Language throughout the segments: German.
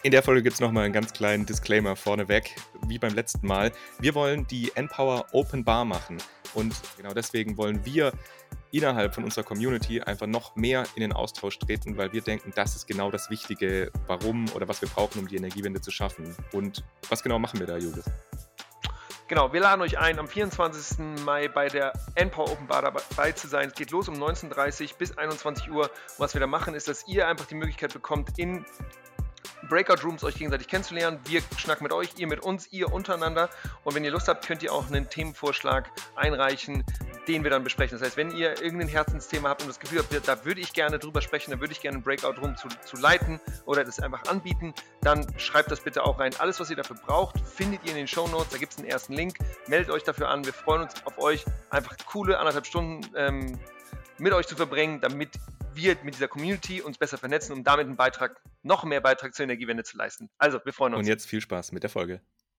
In der Folge gibt es nochmal einen ganz kleinen Disclaimer vorneweg, wie beim letzten Mal. Wir wollen die NPower Open Bar machen und genau deswegen wollen wir innerhalb von unserer Community einfach noch mehr in den Austausch treten, weil wir denken, das ist genau das Wichtige, warum oder was wir brauchen, um die Energiewende zu schaffen. Und was genau machen wir da, Julius? Genau, wir laden euch ein, am 24. Mai bei der NPower Open Bar dabei zu sein. Es geht los um 19:30 Uhr bis 21 Uhr. Und was wir da machen, ist, dass ihr einfach die Möglichkeit bekommt, in Breakout Rooms euch gegenseitig kennenzulernen. Wir schnacken mit euch, ihr mit uns, ihr untereinander. Und wenn ihr Lust habt, könnt ihr auch einen Themenvorschlag einreichen, den wir dann besprechen. Das heißt, wenn ihr irgendein Herzensthema habt und das Gefühl habt, da würde ich gerne drüber sprechen, da würde ich gerne einen Breakout Room zu leiten oder das einfach anbieten, dann schreibt das bitte auch rein. Alles, was ihr dafür braucht, findet ihr in den Shownotes. Da gibt es einen ersten Link. Meldet euch dafür an. Wir freuen uns auf euch. Einfach coole 1,5 Stunden mit euch zu verbringen, damit wir mit dieser Community uns besser vernetzen, um damit noch mehr Beitrag zur Energiewende zu leisten. Also, wir freuen uns. Und jetzt viel Spaß mit der Folge.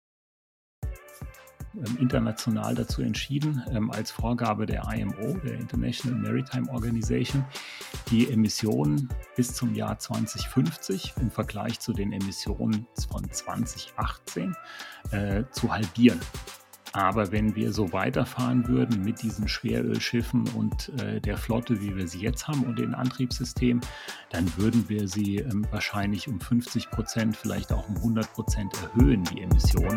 International dazu entschieden, als Vorgabe der IMO, der International Maritime Organization, die Emissionen bis zum Jahr 2050 im Vergleich zu den Emissionen von 2018 zu halbieren. Aber wenn wir so weiterfahren würden mit diesen Schwerölschiffen und der Flotte, wie wir sie jetzt haben und den Antriebssystemen, dann würden wir sie wahrscheinlich um 50%, vielleicht auch um 100% erhöhen, die Emissionen.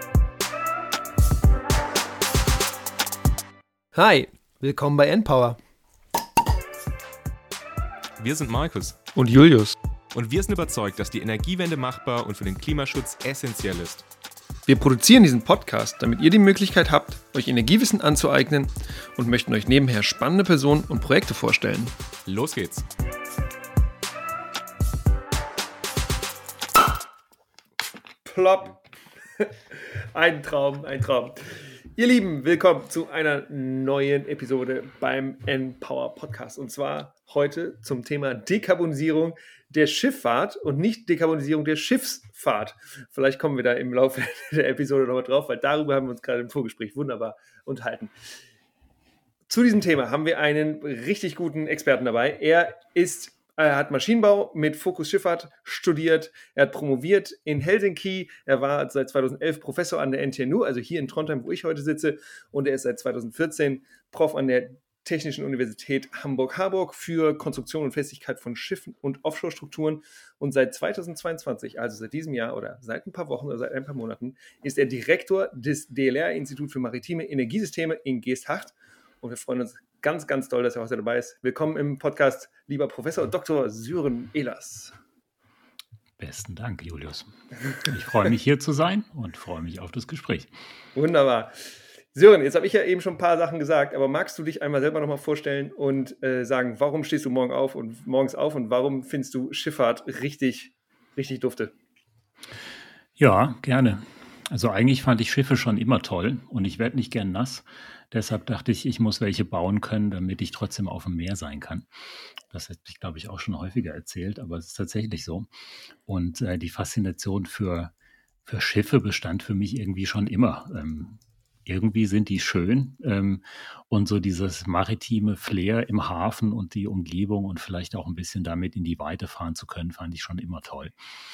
Hi, willkommen bei NPower. Wir sind Markus Und Julius. und wir sind überzeugt, dass die Energiewende machbar und für den Klimaschutz essentiell ist. Wir produzieren diesen Podcast, damit ihr die Möglichkeit habt, euch Energiewissen anzueignen und möchten euch nebenher spannende Personen und Projekte vorstellen. Los geht's! Plopp. Ein Traum, ein Traum. Ihr Lieben, willkommen zu einer neuen Episode beim NPower Podcast. Und zwar heute zum Thema Dekarbonisierung der Schifffahrt und nicht Dekarbonisierung der Schiffsfahrt. Vielleicht kommen wir da im Laufe der Episode nochmal drauf, weil darüber haben wir uns gerade im Vorgespräch wunderbar unterhalten. Zu diesem Thema haben wir einen richtig guten Experten dabei. Er hat Maschinenbau mit Fokus Schifffahrt studiert. Er hat promoviert in Helsinki. Er war seit 2011 Professor an der NTNU, also hier in Trondheim, wo ich heute sitze. Und er ist seit 2014 Prof an der Technischen Universität Hamburg-Harburg für Konstruktion und Festigkeit von Schiffen und Offshore-Strukturen. Und seit 2022, also seit diesem Jahr oder seit ein paar Wochen oder seit ein paar Monaten, ist er Direktor des DLR-Institut für maritime Energiesysteme in Geesthacht. Und wir freuen uns ganz, ganz doll, dass er heute dabei ist. Willkommen im Podcast, lieber Professor Dr. Sören Ehlers. Besten Dank, Julius. Ich freue mich, hier zu sein und freue mich auf das Gespräch. Wunderbar. Sören, jetzt habe ich ja eben schon ein paar Sachen gesagt, aber magst du dich einmal selber nochmal vorstellen und sagen, warum stehst du morgens auf und warum findest du Schifffahrt richtig, richtig dufte? Ja, gerne. Also eigentlich fand ich Schiffe schon immer toll und ich werde nicht gern nass. Deshalb dachte ich, ich muss welche bauen können, damit ich trotzdem auf dem Meer sein kann. Das hätte ich, glaube ich, auch schon häufiger erzählt, aber es ist tatsächlich so. Und die Faszination für Schiffe bestand für mich irgendwie schon immer. Irgendwie sind die schön und so dieses maritime Flair im Hafen und die Umgebung und vielleicht auch ein bisschen damit in die Weite fahren zu können, fand ich schon immer toll.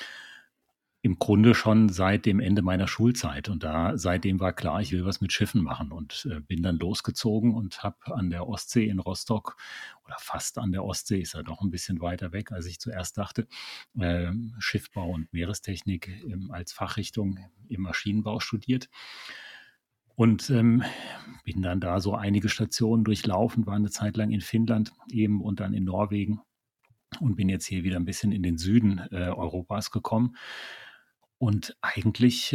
Im Grunde schon seit dem Ende meiner Schulzeit und seitdem war klar, ich will was mit Schiffen machen und bin dann losgezogen und habe an der Ostsee in Rostock oder fast an der Ostsee, ist ja doch ein bisschen weiter weg, als ich zuerst dachte, Schiffbau und Meerestechnik als Fachrichtung im Maschinenbau studiert. Und bin dann da so einige Stationen durchlaufen, war eine Zeit lang in Finnland eben und dann in Norwegen und bin jetzt hier wieder ein bisschen in den Süden Europas gekommen. Und eigentlich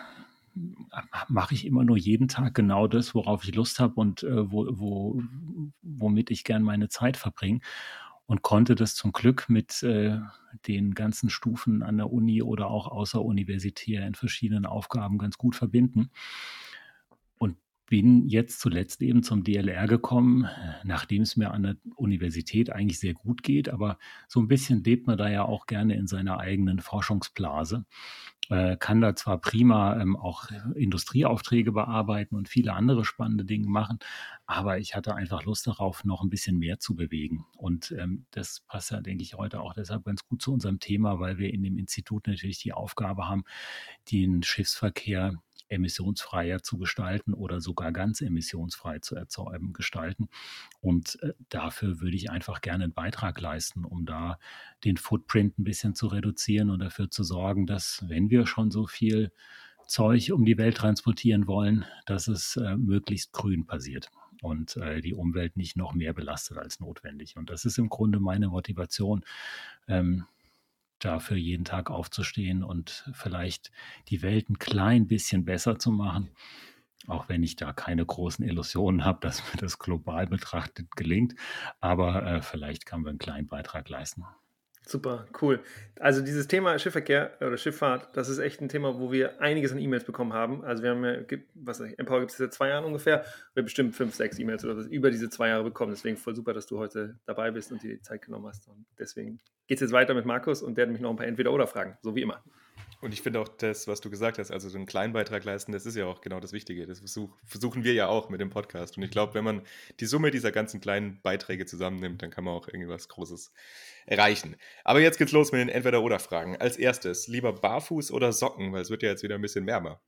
mache ich immer nur jeden Tag genau das, worauf ich Lust habe und womit ich gern meine Zeit verbringe. Und konnte das zum Glück mit den ganzen Stufen an der Uni oder auch außeruniversitär in verschiedenen Aufgaben ganz gut verbinden. Und bin jetzt zuletzt eben zum DLR gekommen, nachdem es mir an der Universität eigentlich sehr gut geht, aber so ein bisschen lebt man da ja auch gerne in seiner eigenen Forschungsblase, kann da zwar prima auch Industrieaufträge bearbeiten und viele andere spannende Dinge machen, aber ich hatte einfach Lust darauf, noch ein bisschen mehr zu bewegen. Und das passt ja, denke ich, heute auch deshalb ganz gut zu unserem Thema, weil wir in dem Institut natürlich die Aufgabe haben, den Schiffsverkehr emissionsfreier zu gestalten oder sogar ganz emissionsfrei zu gestalten. Und dafür würde ich einfach gerne einen Beitrag leisten, um da den Footprint ein bisschen zu reduzieren und dafür zu sorgen, dass, wenn wir schon so viel Zeug um die Welt transportieren wollen, dass es möglichst grün passiert und die Umwelt nicht noch mehr belastet als notwendig. Und das ist im Grunde meine Motivation, dafür jeden Tag aufzustehen und vielleicht die Welt ein klein bisschen besser zu machen, auch wenn ich da keine großen Illusionen habe, dass mir das global betrachtet gelingt. Aber vielleicht kann man einen kleinen Beitrag leisten. Super, cool. Also dieses Thema Schiffverkehr oder Schifffahrt, das ist echt ein Thema, wo wir einiges an E-Mails bekommen haben. Also wir haben ja, Empower gibt es seit 2 Jahren ungefähr. Wir haben bestimmt 5, 6 E-Mails oder was über diese 2 Jahre bekommen. Deswegen voll super, dass du heute dabei bist und dir die Zeit genommen hast. Und deswegen geht es jetzt weiter mit Markus und der hat mich noch ein paar Entweder-Oder-Fragen, so wie immer. Und ich finde auch das, was du gesagt hast, also so einen kleinen Beitrag leisten, das ist ja auch genau das Wichtige. Das versuchen wir ja auch mit dem Podcast. Und ich glaube, wenn man die Summe dieser ganzen kleinen Beiträge zusammennimmt, dann kann man auch irgendwas Großes erreichen. Aber jetzt geht's los mit den Entweder-Oder-Fragen. Als erstes, lieber barfuß oder Socken, weil es wird ja jetzt wieder ein bisschen wärmer.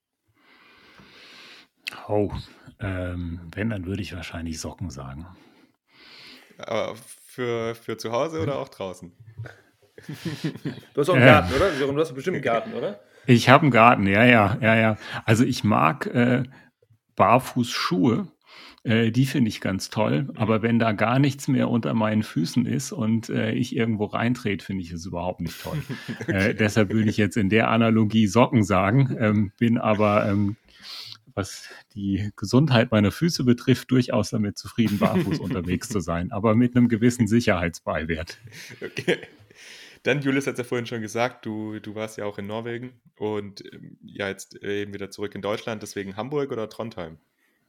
Oh, wenn, dann würde ich wahrscheinlich Socken sagen. Aber für zu Hause oder auch draußen? Du hast auch einen Garten, oder? Du hast bestimmt einen Garten, oder? Ich habe einen Garten, ja. Also ich mag Barfußschuhe, die finde ich ganz toll. Aber wenn da gar nichts mehr unter meinen Füßen ist und ich irgendwo reintrete, finde ich es überhaupt nicht toll. Okay. Deshalb würde ich jetzt in der Analogie Socken sagen, bin aber, was die Gesundheit meiner Füße betrifft, durchaus damit zufrieden, barfuß unterwegs zu sein, aber mit einem gewissen Sicherheitsbeiwert. Okay. Dann, Julius hat es ja vorhin schon gesagt, du warst ja auch in Norwegen und ja, jetzt eben wieder zurück in Deutschland, deswegen Hamburg oder Trondheim?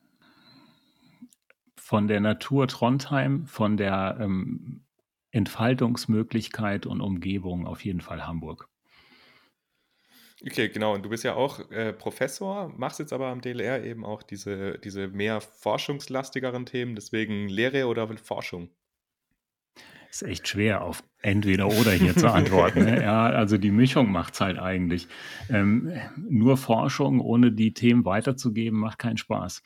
Von der Natur Trondheim, von der Entfaltungsmöglichkeit und Umgebung auf jeden Fall Hamburg. Okay, genau. Und du bist ja auch Professor, machst jetzt aber am DLR eben auch diese mehr forschungslastigeren Themen, deswegen Lehre oder Forschung? Ist echt schwer, auf entweder oder hier zu antworten. Ne? Ja, also die Mischung macht es halt eigentlich. Nur Forschung, ohne die Themen weiterzugeben, macht keinen Spaß.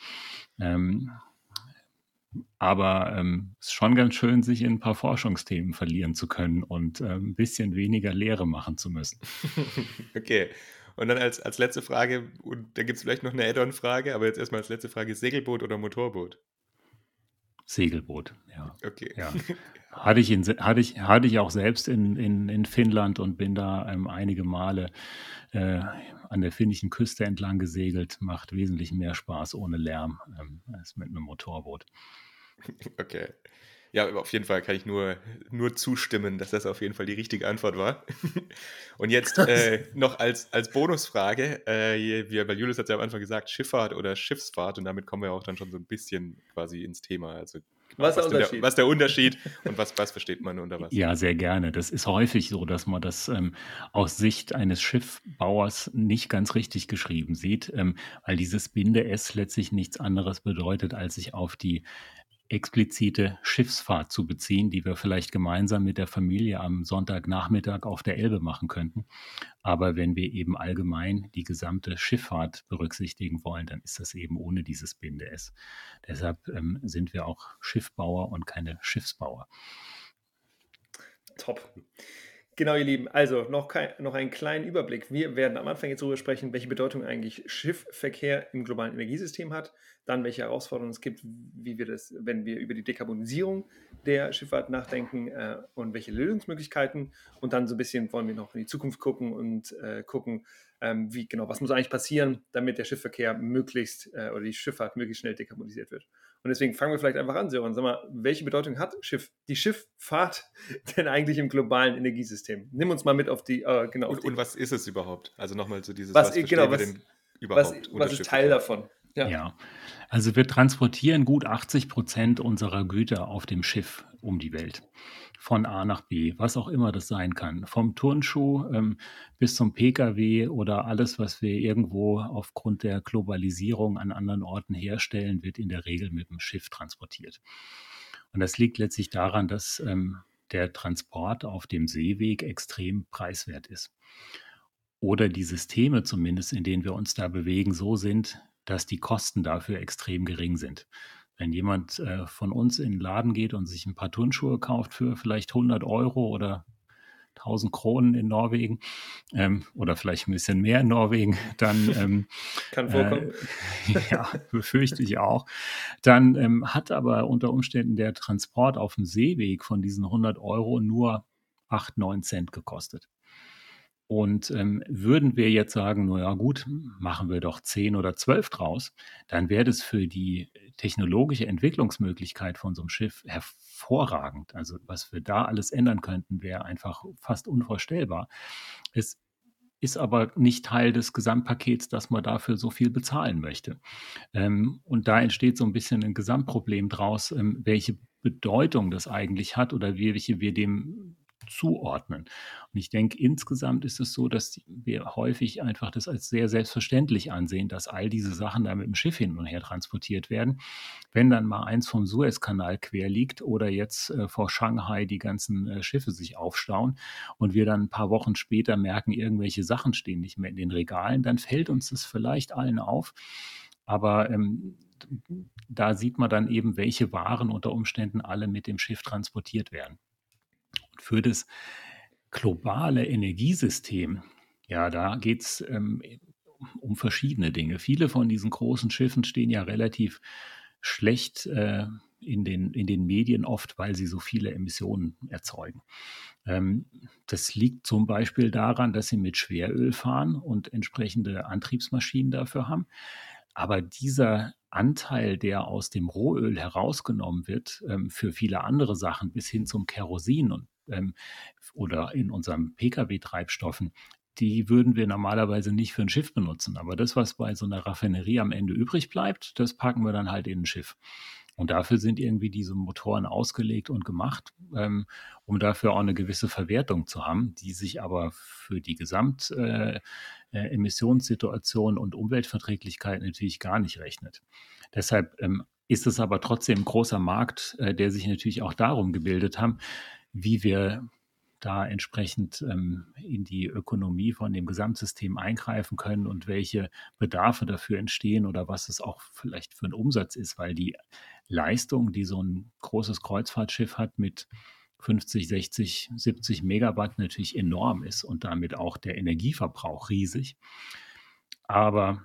Aber es ist schon ganz schön, sich in ein paar Forschungsthemen verlieren zu können und ein bisschen weniger Lehre machen zu müssen. Okay. Und dann als letzte Frage, und da gibt es vielleicht noch eine Add-on-Frage, aber jetzt erstmal als letzte Frage, Segelboot oder Motorboot? Segelboot, ja. Okay. Ja. Hatte ich auch selbst in Finnland und bin da einige Male an der finnischen Küste entlang gesegelt. Macht wesentlich mehr Spaß ohne Lärm als mit einem Motorboot. Okay. Ja, auf jeden Fall kann ich nur zustimmen, dass das auf jeden Fall die richtige Antwort war. Und jetzt noch als Bonusfrage, weil Julius hat ja am Anfang gesagt, Schifffahrt oder Schiffsfahrt, und damit kommen wir auch dann schon so ein bisschen quasi ins Thema. Also was ist der Unterschied und was versteht man unter was? Ja, sehr gerne. Das ist häufig so, dass man das aus Sicht eines Schiffbauers nicht ganz richtig geschrieben sieht, weil dieses Binde-S letztlich nichts anderes bedeutet, als sich auf die explizite Schiffsfahrt zu beziehen, die wir vielleicht gemeinsam mit der Familie am Sonntagnachmittag auf der Elbe machen könnten. Aber wenn wir eben allgemein die gesamte Schifffahrt berücksichtigen wollen, dann ist das eben ohne dieses Binde-S. Deshalb sind wir auch Schiffbauer und keine Schiffsbauer. Top. Genau, ihr Lieben. Also noch einen kleinen Überblick. Wir werden am Anfang jetzt darüber sprechen, welche Bedeutung eigentlich Schiffverkehr im globalen Energiesystem hat, dann welche Herausforderungen es gibt, wie wir das, wenn wir über die Dekarbonisierung der Schifffahrt nachdenken und welche Lösungsmöglichkeiten. Und dann so ein bisschen wollen wir noch in die Zukunft gucken und gucken, was muss eigentlich passieren, damit der Schiffverkehr oder die Schifffahrt möglichst schnell dekarbonisiert wird. Und deswegen fangen wir vielleicht einfach an, Sören. Sag mal, welche Bedeutung hat die Schifffahrt denn eigentlich im globalen Energiesystem? Nimm uns mal mit auf die, und was ist es überhaupt? Also nochmal so dieses, was ist Teil davon? Ja, also wir transportieren gut 80% unserer Güter auf dem Schiff um die Welt. Von A nach B, was auch immer das sein kann. Vom Turnschuh bis zum Pkw oder alles, was wir irgendwo aufgrund der Globalisierung an anderen Orten herstellen, wird in der Regel mit dem Schiff transportiert. Und das liegt letztlich daran, dass der Transport auf dem Seeweg extrem preiswert ist. Oder die Systeme zumindest, in denen wir uns da bewegen, so sind, dass die Kosten dafür extrem gering sind. Wenn jemand von uns in den Laden geht und sich ein paar Turnschuhe kauft für vielleicht 100 Euro oder 1000 Kronen in Norwegen oder vielleicht ein bisschen mehr in Norwegen, dann Kann vorkommen. ja, befürchte ich auch. Dann hat aber unter Umständen der Transport auf dem Seeweg von diesen 100 Euro nur 8, 9 Cent gekostet. Und würden wir jetzt sagen, naja gut, machen wir doch 10 oder 12 draus, dann wäre das für die technologische Entwicklungsmöglichkeit von so einem Schiff hervorragend. Also was wir da alles ändern könnten, wäre einfach fast unvorstellbar. Es ist aber nicht Teil des Gesamtpakets, dass man dafür so viel bezahlen möchte. Und da entsteht so ein bisschen ein Gesamtproblem draus, welche Bedeutung das eigentlich hat oder welche wir dem zuordnen. Und ich denke, insgesamt ist es so, dass wir häufig einfach das als sehr selbstverständlich ansehen, dass all diese Sachen da mit dem Schiff hin und her transportiert werden. Wenn dann mal eins vom Suezkanal quer liegt oder jetzt vor Shanghai die ganzen Schiffe sich aufstauen und wir dann ein paar Wochen später merken, irgendwelche Sachen stehen nicht mehr in den Regalen, dann fällt uns das vielleicht allen auf. Aber da sieht man dann eben, welche Waren unter Umständen alle mit dem Schiff transportiert werden. Und für das globale Energiesystem, ja, da geht es um verschiedene Dinge. Viele von diesen großen Schiffen stehen ja relativ schlecht in den Medien oft, weil sie so viele Emissionen erzeugen. Das liegt zum Beispiel daran, dass sie mit Schweröl fahren und entsprechende Antriebsmaschinen dafür haben. Aber dieser Anteil, der aus dem Rohöl herausgenommen wird, für viele andere Sachen bis hin zum Kerosin und oder in unserem Pkw-Treibstoffen, die würden wir normalerweise nicht für ein Schiff benutzen. Aber das, was bei so einer Raffinerie am Ende übrig bleibt, das packen wir dann halt in ein Schiff. Und dafür sind irgendwie diese Motoren ausgelegt und gemacht, um dafür auch eine gewisse Verwertung zu haben, die sich aber für die Gesamtemissionssituation und Umweltverträglichkeit natürlich gar nicht rechnet. Deshalb ist es aber trotzdem ein großer Markt, der sich natürlich auch darum gebildet hat, wie wir da entsprechend in die Ökonomie von dem Gesamtsystem eingreifen können und welche Bedarfe dafür entstehen oder was es auch vielleicht für ein Umsatz ist, weil die Leistung, die so ein großes Kreuzfahrtschiff hat mit 50, 60, 70 Megawatt natürlich enorm ist und damit auch der Energieverbrauch riesig. Aber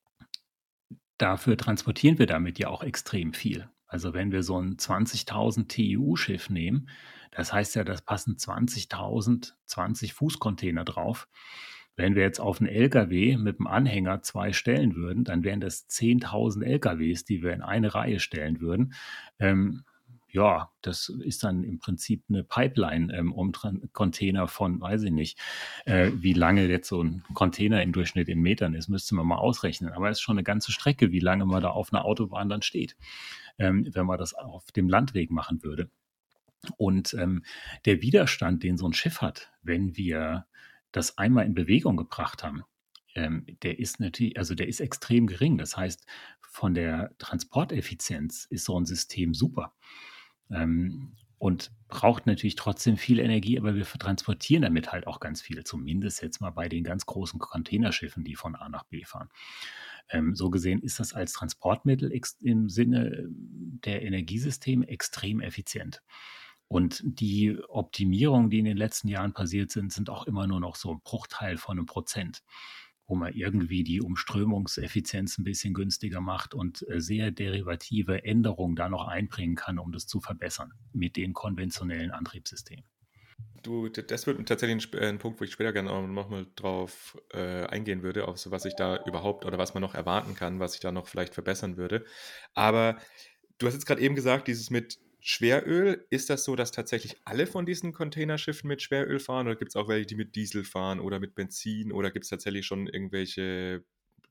dafür transportieren wir damit ja auch extrem viel. Also wenn wir so ein 20.000 TEU-Schiff nehmen, das heißt ja, das passen 20.000 20-Fuß-Container drauf. Wenn wir jetzt auf einen LKW mit einem Anhänger 2 stellen würden, dann wären das 10.000 LKWs, die wir in eine Reihe stellen würden. Ja, das ist dann im Prinzip eine Pipeline um Container von, weiß ich nicht, wie lange jetzt so ein Container im Durchschnitt in Metern ist, müsste man mal ausrechnen. Aber es ist schon eine ganze Strecke, wie lange man da auf einer Autobahn dann steht, wenn man das auf dem Landweg machen würde. Und der Widerstand, den so ein Schiff hat, wenn wir das einmal in Bewegung gebracht haben, der ist natürlich, also der ist extrem gering. Das heißt, von der Transporteffizienz ist so ein System super. Und braucht natürlich trotzdem viel Energie, aber wir transportieren damit halt auch ganz viel, zumindest jetzt mal bei den ganz großen Containerschiffen, die von A nach B fahren. So gesehen ist das als Transportmittel im Sinne der Energiesysteme extrem effizient. Und die Optimierungen, die in den letzten Jahren passiert sind, sind auch immer nur noch so ein Bruchteil von 1%, wo man irgendwie die Umströmungseffizienz ein bisschen günstiger macht und sehr derivative Änderungen da noch einbringen kann, um das zu verbessern mit den konventionellen Antriebssystemen. Das wird tatsächlich ein Punkt, wo ich später gerne auch nochmal drauf eingehen würde, auf so was ich da überhaupt oder was man noch erwarten kann, was ich da noch vielleicht verbessern würde. Aber du hast jetzt gerade eben gesagt, dieses mit Schweröl, ist das so, dass tatsächlich alle von diesen Containerschiffen mit Schweröl fahren oder gibt es auch welche, die mit Diesel fahren oder mit Benzin oder gibt es tatsächlich schon irgendwelche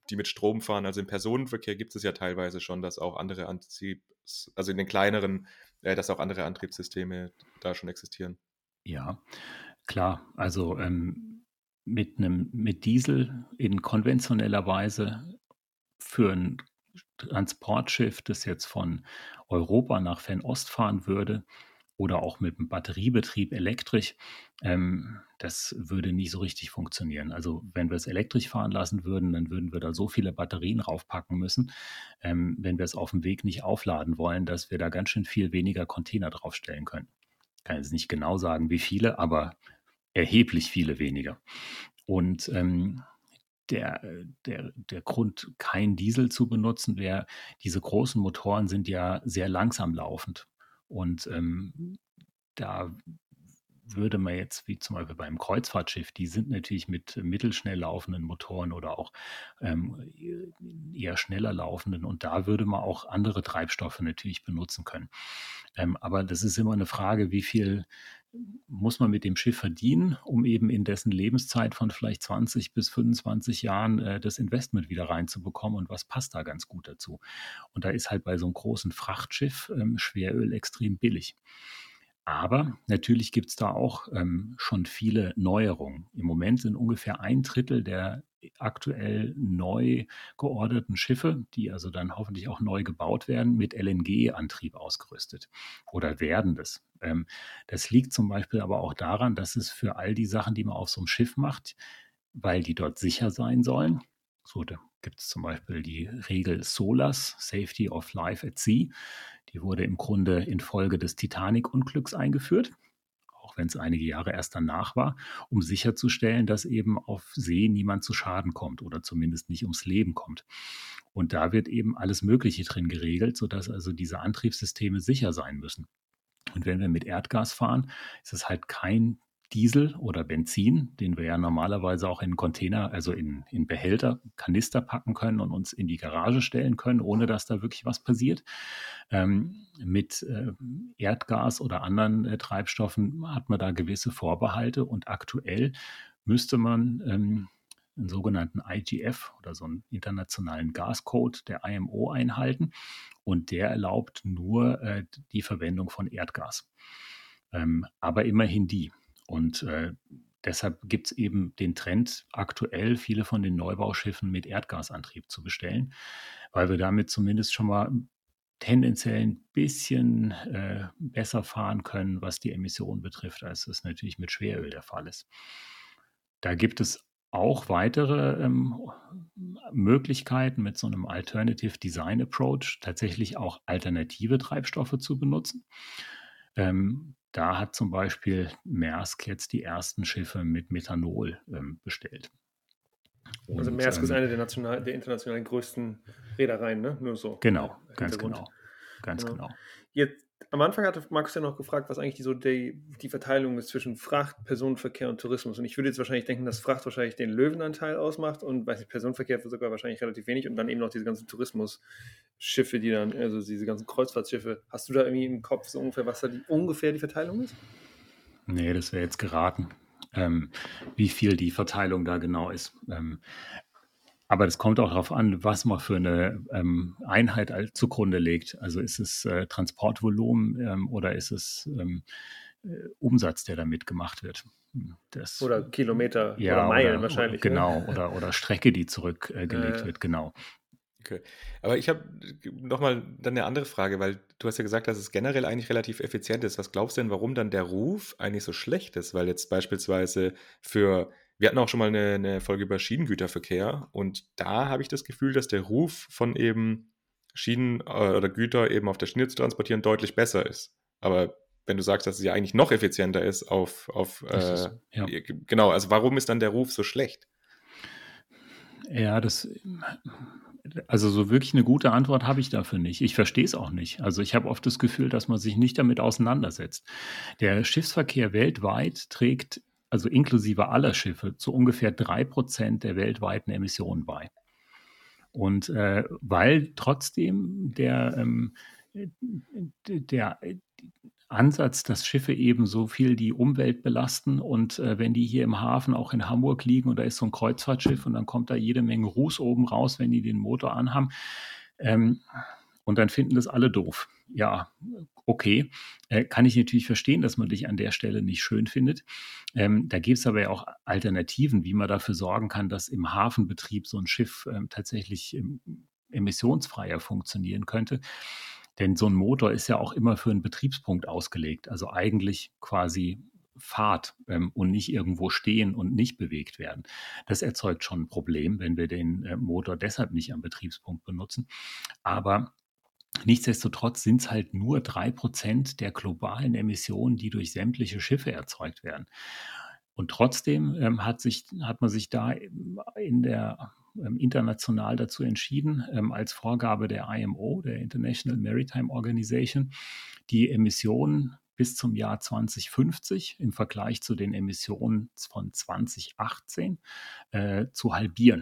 die mit Strom fahren. Also im Personenverkehr gibt es ja teilweise schon, dass auch andere also in den kleineren, dass auch andere Antriebssysteme da schon existieren. Ja, klar. Also mit Diesel in konventioneller Weise für ein Transportschiff, das jetzt von Europa nach Fernost fahren würde oder auch mit einem Batteriebetrieb elektrisch, das würde nicht so richtig funktionieren. Also wenn wir es elektrisch fahren lassen würden, dann würden wir da so viele Batterien raufpacken müssen, wenn wir es auf dem Weg nicht aufladen wollen, dass wir da ganz schön viel weniger Container draufstellen können. Ich kann jetzt nicht genau sagen, wie viele, aber erheblich viele weniger. Und der Grund, kein Diesel zu benutzen, wäre, diese großen Motoren sind ja sehr langsam laufend. Und da würde man jetzt, wie zum Beispiel beim Kreuzfahrtschiff, die sind natürlich mit mittelschnell laufenden Motoren oder auch eher schneller laufenden. Und da würde man auch andere Treibstoffe natürlich benutzen können. Aber das ist immer eine Frage, wie viel muss man mit dem Schiff verdienen, um eben in dessen Lebenszeit von vielleicht 20 bis 25 Jahren das Investment wieder reinzubekommen und was passt da ganz gut dazu. Und da ist halt bei so einem großen Frachtschiff Schweröl extrem billig. Aber natürlich gibt es da auch schon viele Neuerungen. Im Moment sind ungefähr 1/3 der aktuell neu georderten Schiffe, die also dann hoffentlich auch neu gebaut werden, mit LNG-Antrieb ausgerüstet oder werden das. Das liegt zum Beispiel aber auch daran, dass es für all die Sachen, die man auf so einem Schiff macht, weil die dort sicher sein sollen, so, da gibt es zum Beispiel die Regel SOLAS, Safety of Life at Sea. Die wurde im Grunde infolge des Titanic-Unglücks eingeführt, auch wenn es einige Jahre erst danach war, um sicherzustellen, dass eben auf See niemand zu Schaden kommt oder zumindest nicht ums Leben kommt. Und da wird eben alles Mögliche drin geregelt, sodass also diese Antriebssysteme sicher sein müssen. Und wenn wir mit Erdgas fahren, ist es halt kein Diesel oder Benzin, den wir ja normalerweise auch in Container, also in Behälter, Kanister packen können und uns in die Garage stellen können, ohne dass da wirklich was passiert. Mit Erdgas oder anderen Treibstoffen hat man da gewisse Vorbehalte und aktuell müsste man einen sogenannten IGF oder so einen internationalen Gascode der IMO einhalten und der erlaubt nur die Verwendung von Erdgas. Aber immerhin die. Und deshalb gibt es eben den Trend, aktuell viele von den Neubauschiffen mit Erdgasantrieb zu bestellen, weil wir damit zumindest schon mal tendenziell ein bisschen besser fahren können, was die Emissionen betrifft, als es natürlich mit Schweröl der Fall ist. Da gibt es auch weitere Möglichkeiten mit so einem Alternative Design Approach, tatsächlich auch alternative Treibstoffe zu benutzen. Da hat zum Beispiel Maersk jetzt die ersten Schiffe mit Methanol bestellt. Und, also Maersk ist eine der internationalen größten Reedereien, ne? Nur so. Genau, ganz genau. Jetzt, am Anfang hatte Markus ja noch gefragt, was eigentlich die Verteilung ist zwischen Fracht, Personenverkehr und Tourismus. Und ich würde jetzt wahrscheinlich denken, dass Fracht wahrscheinlich den Löwenanteil ausmacht und Personenverkehr sogar wahrscheinlich relativ wenig und dann eben noch diese ganzen Tourismusschiffe, also diese ganzen Kreuzfahrtschiffe. Hast du da irgendwie im Kopf so ungefähr, was da ungefähr die Verteilung ist? Nee, das wäre jetzt geraten, wie viel die Verteilung da genau ist. Aber das kommt auch darauf an, was man für eine Einheit zugrunde legt. Also ist es Transportvolumen oder ist es Umsatz, der damit gemacht wird? Oder Kilometer oder Meilen wahrscheinlich. Genau, ne? oder Strecke, die zurückgelegt wird, genau. Okay. Aber ich habe nochmal dann eine andere Frage, weil du hast ja gesagt, dass es generell eigentlich relativ effizient ist. Was glaubst du denn, warum dann der Ruf eigentlich so schlecht ist? Weil jetzt beispielsweise wir hatten auch schon mal eine Folge über Schienengüterverkehr und da habe ich das Gefühl, dass der Ruf von eben Schienen oder Güter eben auf der Schiene zu transportieren deutlich besser ist. Aber wenn du sagst, dass es ja eigentlich noch effizienter ist genau, also warum ist dann der Ruf so schlecht? Ja, also so wirklich eine gute Antwort habe ich dafür nicht. Ich verstehe es auch nicht. Also ich habe oft das Gefühl, dass man sich nicht damit auseinandersetzt. Der Schiffsverkehr weltweit trägt, also inklusive aller Schiffe, zu ungefähr 3% der weltweiten Emissionen bei. Und weil trotzdem Ansatz, dass Schiffe eben so viel die Umwelt belasten und wenn die hier im Hafen auch in Hamburg liegen und da ist so ein Kreuzfahrtschiff und dann kommt da jede Menge Ruß oben raus, wenn die den Motor anhaben, ähm, und dann finden das alle doof. Ja, okay, kann ich natürlich verstehen, dass man dich an der Stelle nicht schön findet. Da gibt es aber ja auch Alternativen, wie man dafür sorgen kann, dass im Hafenbetrieb so ein Schiff tatsächlich emissionsfreier funktionieren könnte. Denn so ein Motor ist ja auch immer für einen Betriebspunkt ausgelegt, also eigentlich quasi Fahrt und nicht irgendwo stehen und nicht bewegt werden. Das erzeugt schon ein Problem, wenn wir den Motor deshalb nicht am Betriebspunkt benutzen. Aber nichtsdestotrotz sind es halt nur 3% der globalen Emissionen, die durch sämtliche Schiffe erzeugt werden. Und trotzdem hat man sich da international dazu entschieden, als Vorgabe der IMO, der International Maritime Organization, die Emissionen bis zum Jahr 2050 im Vergleich zu den Emissionen von 2018 zu halbieren.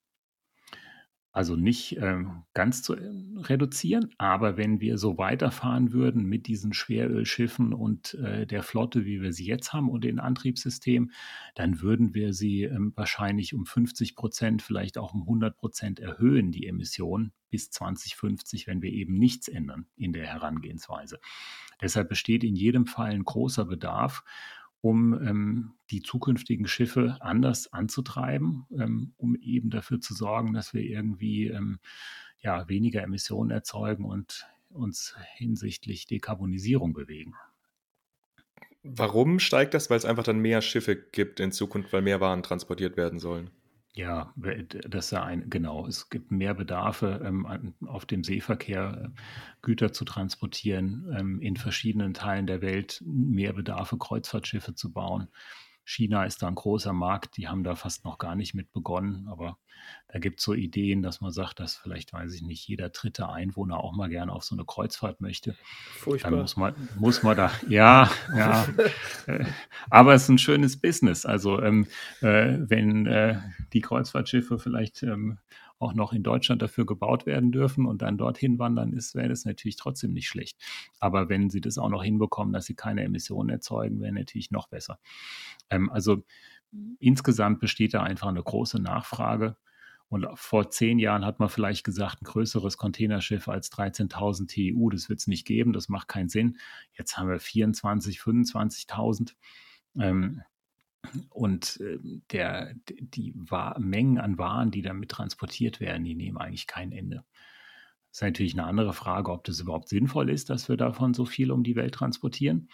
Also nicht ganz zu reduzieren, aber wenn wir so weiterfahren würden mit diesen Schwerölschiffen und der Flotte, wie wir sie jetzt haben und den Antriebssystemen, dann würden wir sie wahrscheinlich um 50%, vielleicht auch um 100% erhöhen, die Emissionen bis 2050, wenn wir eben nichts ändern in der Herangehensweise. Deshalb besteht in jedem Fall ein großer Bedarf, um die zukünftigen Schiffe anders anzutreiben, um eben dafür zu sorgen, dass wir irgendwie weniger Emissionen erzeugen und uns hinsichtlich Dekarbonisierung bewegen. Warum steigt das? Weil es einfach dann mehr Schiffe gibt in Zukunft, weil mehr Waren transportiert werden sollen. Ja, das ist ja genau. Es gibt mehr Bedarfe, auf dem Seeverkehr Güter zu transportieren, in verschiedenen Teilen der Welt mehr Bedarfe, Kreuzfahrtschiffe zu bauen. China ist da ein großer Markt, die haben da fast noch gar nicht mit begonnen, aber da gibt es so Ideen, dass man sagt, dass vielleicht, weiß ich nicht, jeder dritte Einwohner auch mal gerne auf so eine Kreuzfahrt möchte. Furchtbar. Dann muss man da, ja, aber es ist ein schönes Business. Also wenn die Kreuzfahrtschiffe vielleicht auch noch in Deutschland dafür gebaut werden dürfen und dann dorthin wandern wäre das natürlich trotzdem nicht schlecht. Aber wenn sie das auch noch hinbekommen, dass sie keine Emissionen erzeugen, wäre natürlich noch besser. Also insgesamt besteht da einfach eine große Nachfrage. Und vor 10 Jahren hat man vielleicht gesagt, ein größeres Containerschiff als 13.000 TEU, das wird es nicht geben, das macht keinen Sinn. Jetzt haben wir 24.000, 25.000. Und die Mengen an Waren, die damit transportiert werden, die nehmen eigentlich kein Ende. Das ist natürlich eine andere Frage, ob das überhaupt sinnvoll ist, dass wir davon so viel um die Welt transportieren.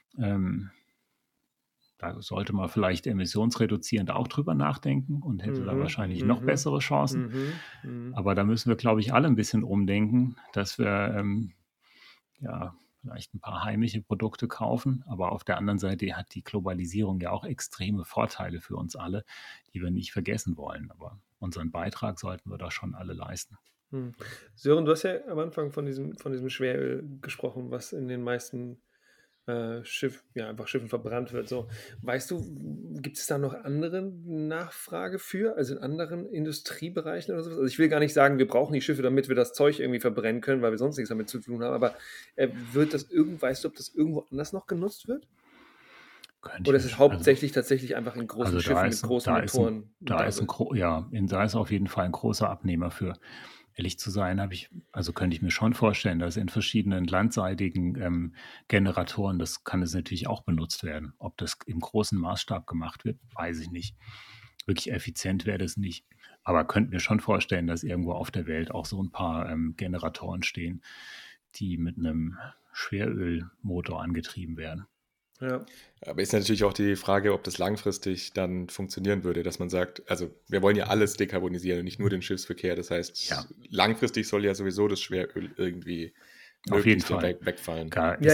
Da sollte man vielleicht emissionsreduzierend auch drüber nachdenken und hätte da wahrscheinlich noch bessere Chancen. Aber da müssen wir, glaube ich, alle ein bisschen umdenken, dass wir vielleicht ein paar heimische Produkte kaufen. Aber auf der anderen Seite hat die Globalisierung ja auch extreme Vorteile für uns alle, die wir nicht vergessen wollen. Aber unseren Beitrag sollten wir da schon alle leisten. Sören, du hast ja am Anfang von diesem Schweröl gesprochen, was in den meisten Schiffen verbrannt wird. So, weißt du, gibt es da noch andere Nachfrage für, also in anderen Industriebereichen oder sowas? Also ich will gar nicht sagen, wir brauchen die Schiffe, damit wir das Zeug irgendwie verbrennen können, weil wir sonst nichts damit zu tun haben, aber weißt du, ob das irgendwo anders noch genutzt wird? Oder ist es hauptsächlich tatsächlich einfach in großen Schiffen mit großen Motoren? Da ist auf jeden Fall ein großer Abnehmer für. Ehrlich zu sein, könnte ich mir schon vorstellen, dass in verschiedenen landseitigen Generatoren, kann es natürlich auch benutzt werden. Ob das im großen Maßstab gemacht wird, weiß ich nicht. Wirklich effizient wäre das nicht. Aber könnte mir schon vorstellen, dass irgendwo auf der Welt auch so ein paar Generatoren stehen, die mit einem Schwerölmotor angetrieben werden. Ja. Aber ist natürlich auch die Frage, ob das langfristig dann funktionieren würde, dass man sagt, also wir wollen ja alles dekarbonisieren und nicht nur den Schiffsverkehr. Das heißt, langfristig soll ja sowieso das Schweröl irgendwie auf jeden Fall wegfallen.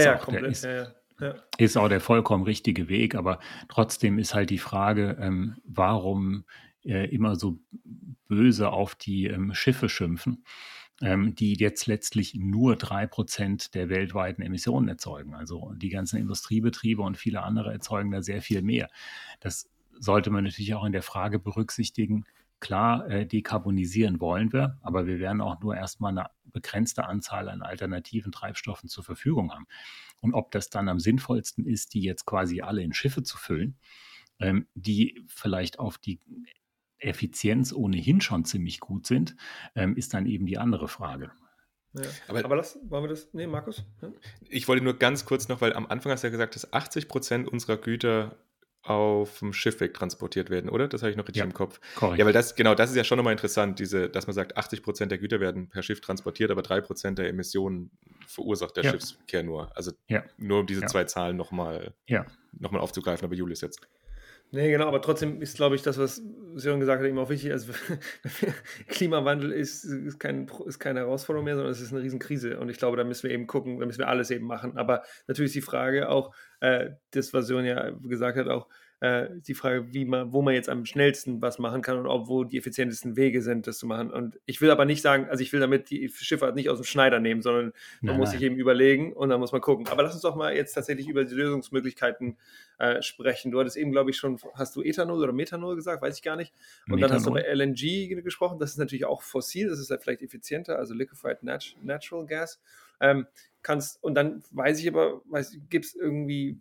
Ist auch der vollkommen richtige Weg, aber trotzdem ist halt die Frage, warum immer so böse auf die Schiffe schimpfen, die jetzt letztlich nur 3% der weltweiten Emissionen erzeugen. Also die ganzen Industriebetriebe und viele andere erzeugen da sehr viel mehr. Das sollte man natürlich auch in der Frage berücksichtigen, klar, dekarbonisieren wollen wir, aber wir werden auch nur erstmal eine begrenzte Anzahl an alternativen Treibstoffen zur Verfügung haben. Und ob das dann am sinnvollsten ist, die jetzt quasi alle in Schiffe zu füllen, die vielleicht auf die Effizienz ohnehin schon ziemlich gut sind, ist dann eben die andere Frage. Ja. Aber- wollen wir das? Nee, Markus? Ja? Ich wollte nur ganz kurz noch, weil am Anfang hast du ja gesagt, dass 80% unserer Güter auf dem Schiffweg transportiert werden, oder? Das habe ich noch richtig Ja, im Kopf. korrekt. Ja, weil das ist ja schon nochmal interessant, dass man sagt, 80% der Güter werden per Schiff transportiert, aber 3% der Emissionen verursacht der Ja. Schiffsverkehr nur. Also Ja. nur um diese Ja. zwei Zahlen nochmal Ja. aufzugreifen, aber Julius jetzt. Nee, genau, aber trotzdem ist, glaube ich, das, was Sören gesagt hat, eben auch wichtig. Also Klimawandel ist keine Herausforderung mehr, sondern es ist eine Riesenkrise. Und ich glaube, da müssen wir eben gucken, da müssen wir alles eben machen. Aber natürlich ist die Frage auch, das, was Sören ja gesagt hat, auch die Frage, wo man jetzt am schnellsten was machen kann und wo die effizientesten Wege sind, das zu machen. Und ich will aber nicht sagen, also ich will damit die Schifffahrt nicht aus dem Schneider nehmen, sondern man muss sich eben überlegen und dann muss man gucken. Aber lass uns doch mal jetzt tatsächlich über die Lösungsmöglichkeiten sprechen. Du hattest eben, glaube ich, schon, hast du Ethanol oder Methanol gesagt? Weiß ich gar nicht. Und dann hast du über LNG gesprochen. Das ist natürlich auch fossil, das ist halt vielleicht effizienter, also Liquefied Natural Gas. Und dann weiß ich aber, gibt es irgendwie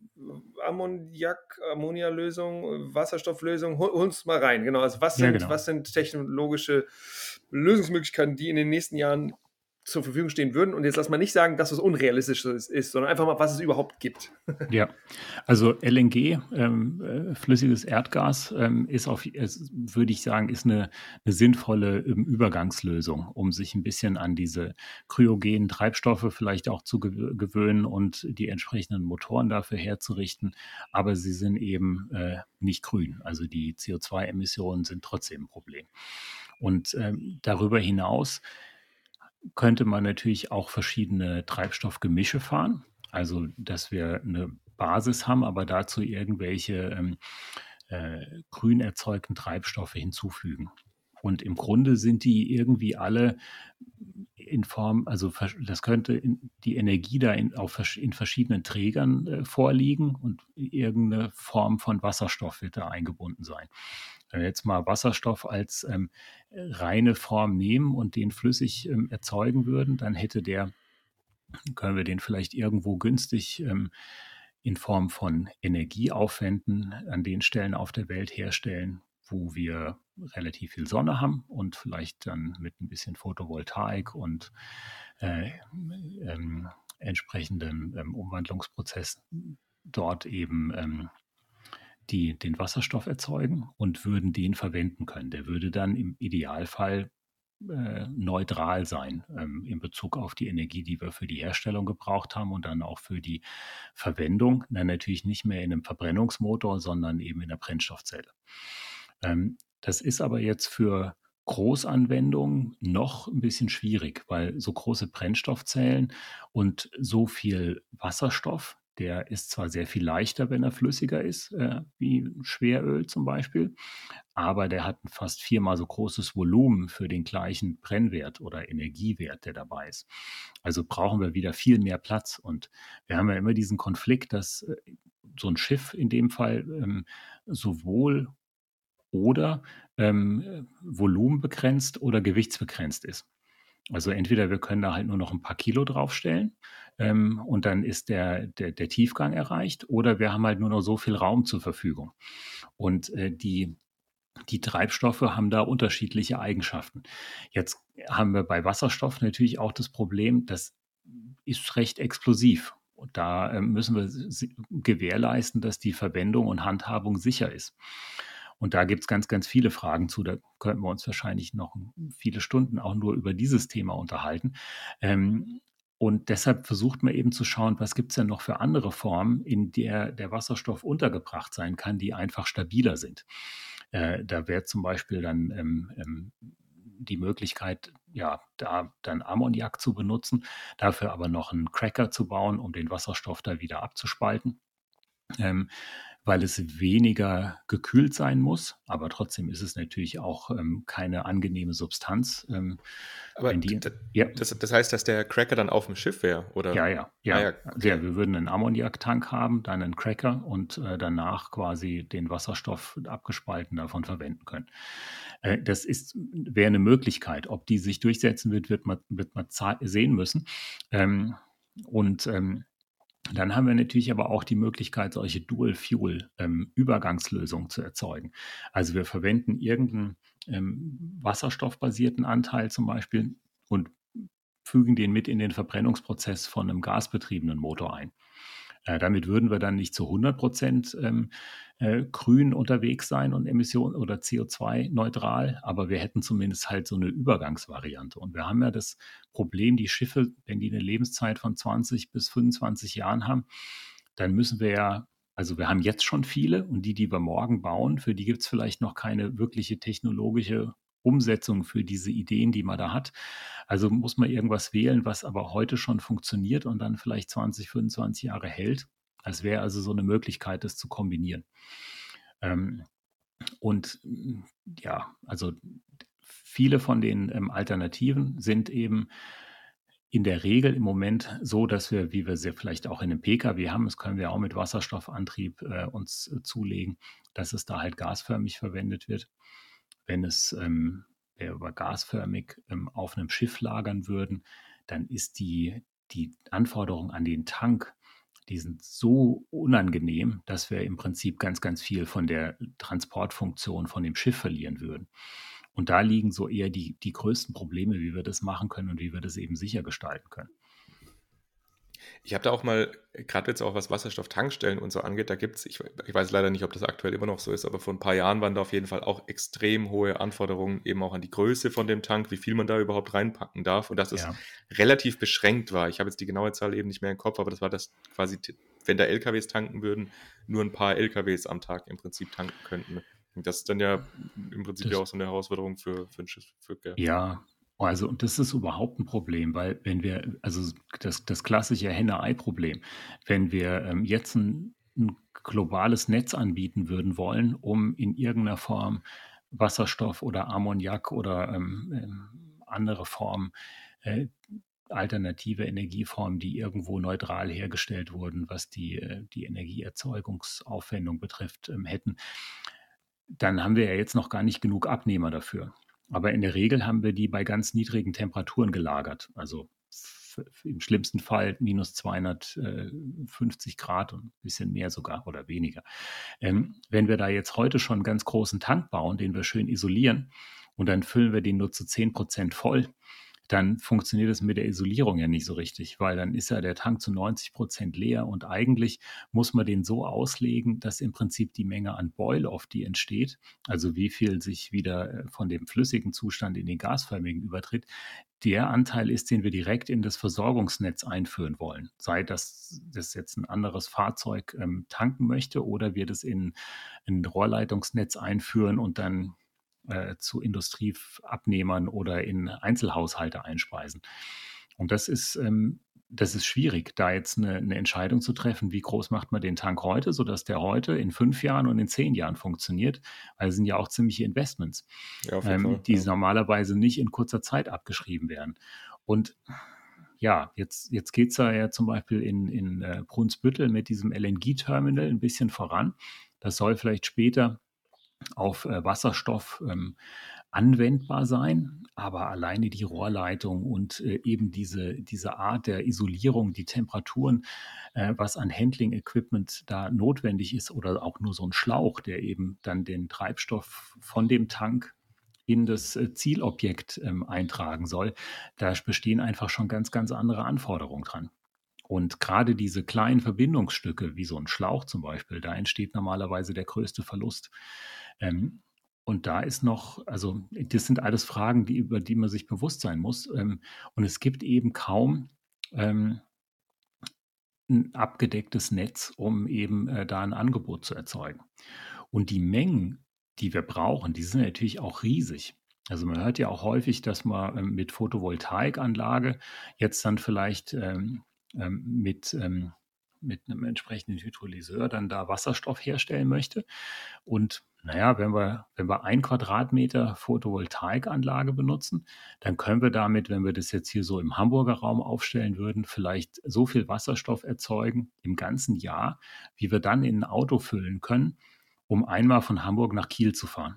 Ammonialösung, Wasserstofflösung? Hol uns mal rein. Genau, also was sind technologische Lösungsmöglichkeiten, die in den nächsten Jahren zur Verfügung stehen würden? Und jetzt lass mal nicht sagen, dass es unrealistisch ist, sondern einfach mal, was es überhaupt gibt. Ja, also LNG, flüssiges Erdgas, würde ich sagen, ist eine sinnvolle Übergangslösung, um sich ein bisschen an diese kryogenen Treibstoffe vielleicht auch zu gewöhnen und die entsprechenden Motoren dafür herzurichten. Aber sie sind eben nicht grün. Also die CO2-Emissionen sind trotzdem ein Problem. Und darüber hinaus könnte man natürlich auch verschiedene Treibstoffgemische fahren. Also, dass wir eine Basis haben, aber dazu irgendwelche grün erzeugten Treibstoffe hinzufügen. Und im Grunde sind die irgendwie alle in Form, also das könnte die Energie da in verschiedenen Trägern vorliegen und irgendeine Form von Wasserstoff wird da eingebunden sein. Wenn wir jetzt mal Wasserstoff als reine Form nehmen und den flüssig erzeugen würden, dann können wir den vielleicht irgendwo günstig in Form von Energieaufwänden an den Stellen auf der Welt herstellen, wo wir relativ viel Sonne haben und vielleicht dann mit ein bisschen Photovoltaik und entsprechenden Umwandlungsprozessen dort eben den Wasserstoff erzeugen und würden den verwenden können. Der würde dann im Idealfall neutral sein in Bezug auf die Energie, die wir für die Herstellung gebraucht haben und dann auch für die Verwendung. Dann natürlich nicht mehr in einem Verbrennungsmotor, sondern eben in der Brennstoffzelle. Das ist aber jetzt für Großanwendungen noch ein bisschen schwierig, weil so große Brennstoffzellen und so viel Wasserstoff, der ist zwar sehr viel leichter, wenn er flüssiger ist, wie Schweröl zum Beispiel, aber der hat ein fast 4-mal so großes Volumen für den gleichen Brennwert oder Energiewert, der dabei ist. Also brauchen wir wieder viel mehr Platz. Und wir haben ja immer diesen Konflikt, dass so ein Schiff in dem Fall sowohl oder volumenbegrenzt oder gewichtsbegrenzt ist. Also entweder wir können da halt nur noch ein paar Kilo draufstellen und dann ist der Tiefgang erreicht, oder wir haben halt nur noch so viel Raum zur Verfügung. Und die Treibstoffe haben da unterschiedliche Eigenschaften. Jetzt haben wir bei Wasserstoff natürlich auch das Problem, das ist recht explosiv. Und da müssen wir gewährleisten, dass die Verwendung und Handhabung sicher ist. Und da gibt es ganz, ganz viele Fragen zu. Da könnten wir uns wahrscheinlich noch viele Stunden auch nur über dieses Thema unterhalten. Und deshalb versucht man eben zu schauen, was gibt es denn noch für andere Formen, in der der Wasserstoff untergebracht sein kann, die einfach stabiler sind. Da wäre zum Beispiel dann die Möglichkeit, ja, da dann Ammoniak zu benutzen, dafür aber noch einen Cracker zu bauen, um den Wasserstoff da wieder abzuspalten. weil es weniger gekühlt sein muss. Aber trotzdem ist es natürlich auch keine angenehme Substanz. Aber Ja, das heißt, dass der Cracker dann auf dem Schiff wäre, oder? ja. Also ja, wir würden einen Ammoniaktank haben, dann einen Cracker und danach quasi den Wasserstoff abgespalten davon verwenden können. Das wäre eine Möglichkeit. Ob die sich durchsetzen wird man sehen müssen. Dann haben wir natürlich aber auch die Möglichkeit, solche Dual-Fuel-Übergangslösungen zu erzeugen. Also wir verwenden irgendeinen wasserstoffbasierten Anteil zum Beispiel und fügen den mit in den Verbrennungsprozess von einem gasbetriebenen Motor ein. Damit würden wir dann nicht zu 100% grün unterwegs sein und Emissionen oder CO2-neutral, aber wir hätten zumindest halt so eine Übergangsvariante. Und wir haben ja das Problem, die Schiffe, wenn die eine Lebenszeit von 20 bis 25 Jahren haben, dann müssen wir also wir haben jetzt schon viele und die wir morgen bauen, für die gibt es vielleicht noch keine wirkliche technologische Umsetzung für diese Ideen, die man da hat. Also muss man irgendwas wählen, was aber heute schon funktioniert und dann vielleicht 20, 25 Jahre hält. Das wäre also so eine Möglichkeit, das zu kombinieren. Also viele von den Alternativen sind eben in der Regel im Moment so, dass wir, wie wir sie vielleicht auch in einem Pkw haben, das können wir auch mit Wasserstoffantrieb uns zulegen, dass es da halt gasförmig verwendet wird. Wenn wir über gasförmig auf einem Schiff lagern würden, dann ist die Anforderung an den Tank, die sind so unangenehm, dass wir im Prinzip ganz, ganz viel von der Transportfunktion von dem Schiff verlieren würden. Und da liegen so eher die größten Probleme, wie wir das machen können und wie wir das eben sicher gestalten können. Ich habe da auch mal, gerade jetzt auch was Wasserstofftankstellen und so angeht, da gibt es, ich weiß leider nicht, ob das aktuell immer noch so ist, aber vor ein paar Jahren waren da auf jeden Fall auch extrem hohe Anforderungen eben auch an die Größe von dem Tank, wie viel man da überhaupt reinpacken darf und dass es relativ beschränkt war. Ich habe jetzt die genaue Zahl eben nicht mehr im Kopf, aber das war das quasi, wenn da LKWs tanken würden, nur ein paar LKWs am Tag im Prinzip tanken könnten. Und das ist dann ja im Prinzip ja auch so eine Herausforderung für ein Schiff. Ja, also und das ist überhaupt ein Problem, weil wenn wir, also das klassische Henne-Ei-Problem, wenn wir jetzt ein globales Netz anbieten würden wollen, um in irgendeiner Form Wasserstoff oder Ammoniak oder andere Formen, alternative Energieformen, die irgendwo neutral hergestellt wurden, was die Energieerzeugungsaufwendung betrifft, hätten, dann haben wir ja jetzt noch gar nicht genug Abnehmer dafür. Aber in der Regel haben wir die bei ganz niedrigen Temperaturen gelagert. Also im schlimmsten Fall minus 250 Grad und ein bisschen mehr sogar oder weniger. Wenn wir da jetzt heute schon einen ganz großen Tank bauen, den wir schön isolieren und dann füllen wir den nur zu 10% voll, dann funktioniert es mit der Isolierung ja nicht so richtig, weil dann ist ja der Tank zu 90% leer und eigentlich muss man den so auslegen, dass im Prinzip die Menge an Boil-off, die entsteht, also wie viel sich wieder von dem flüssigen Zustand in den gasförmigen übertritt, der Anteil ist, den wir direkt in das Versorgungsnetz einführen wollen. Sei das jetzt ein anderes Fahrzeug tanken möchte oder wir das in ein Rohrleitungsnetz einführen und dann zu Industrieabnehmern oder in Einzelhaushalte einspeisen. Und das ist schwierig, da jetzt eine Entscheidung zu treffen, wie groß macht man den Tank heute, sodass der heute in 5 Jahren und in 10 Jahren funktioniert, weil es sind ja auch ziemliche Investments, die normalerweise nicht in kurzer Zeit abgeschrieben werden. Und ja, jetzt geht es ja zum Beispiel in Brunsbüttel mit diesem LNG-Terminal ein bisschen voran. Das soll vielleicht später auf Wasserstoff anwendbar sein, aber alleine die Rohrleitung und eben diese Art der Isolierung, die Temperaturen, was an Handling-Equipment da notwendig ist oder auch nur so ein Schlauch, der eben dann den Treibstoff von dem Tank in das Zielobjekt eintragen soll, da bestehen einfach schon ganz, ganz andere Anforderungen dran. Und gerade diese kleinen Verbindungsstücke, wie so ein Schlauch zum Beispiel, da entsteht normalerweise der größte Verlust. Und da ist noch, also das sind alles Fragen, über die man sich bewusst sein muss. Und es gibt eben kaum ein abgedecktes Netz, um eben da ein Angebot zu erzeugen. Und die Mengen, die wir brauchen, die sind natürlich auch riesig. Also man hört ja auch häufig, dass man mit Photovoltaikanlage jetzt dann vielleicht mit mit einem entsprechenden Hydrolyseur dann da Wasserstoff herstellen möchte. Und naja, wenn wir 1 Quadratmeter Photovoltaikanlage benutzen, dann können wir damit, wenn wir das jetzt hier so im Hamburger Raum aufstellen würden, vielleicht so viel Wasserstoff erzeugen im ganzen Jahr, wie wir dann in ein Auto füllen können, um einmal von Hamburg nach Kiel zu fahren.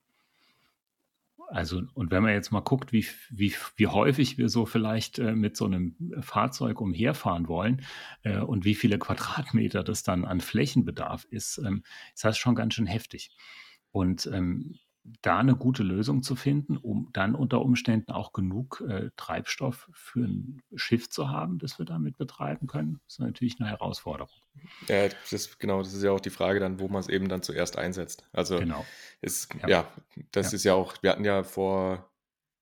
Also, und wenn man jetzt mal guckt, wie häufig wir so vielleicht mit so einem Fahrzeug umherfahren wollen und wie viele Quadratmeter das dann an Flächenbedarf ist, ist das schon ganz schön heftig. Und da eine gute Lösung zu finden, um dann unter Umständen auch genug Treibstoff für ein Schiff zu haben, das wir damit betreiben können, ist natürlich eine Herausforderung. Ja, das ist ja auch die Frage dann, wo man es eben dann zuerst einsetzt. Also Genau. das ist ja auch, wir hatten ja vor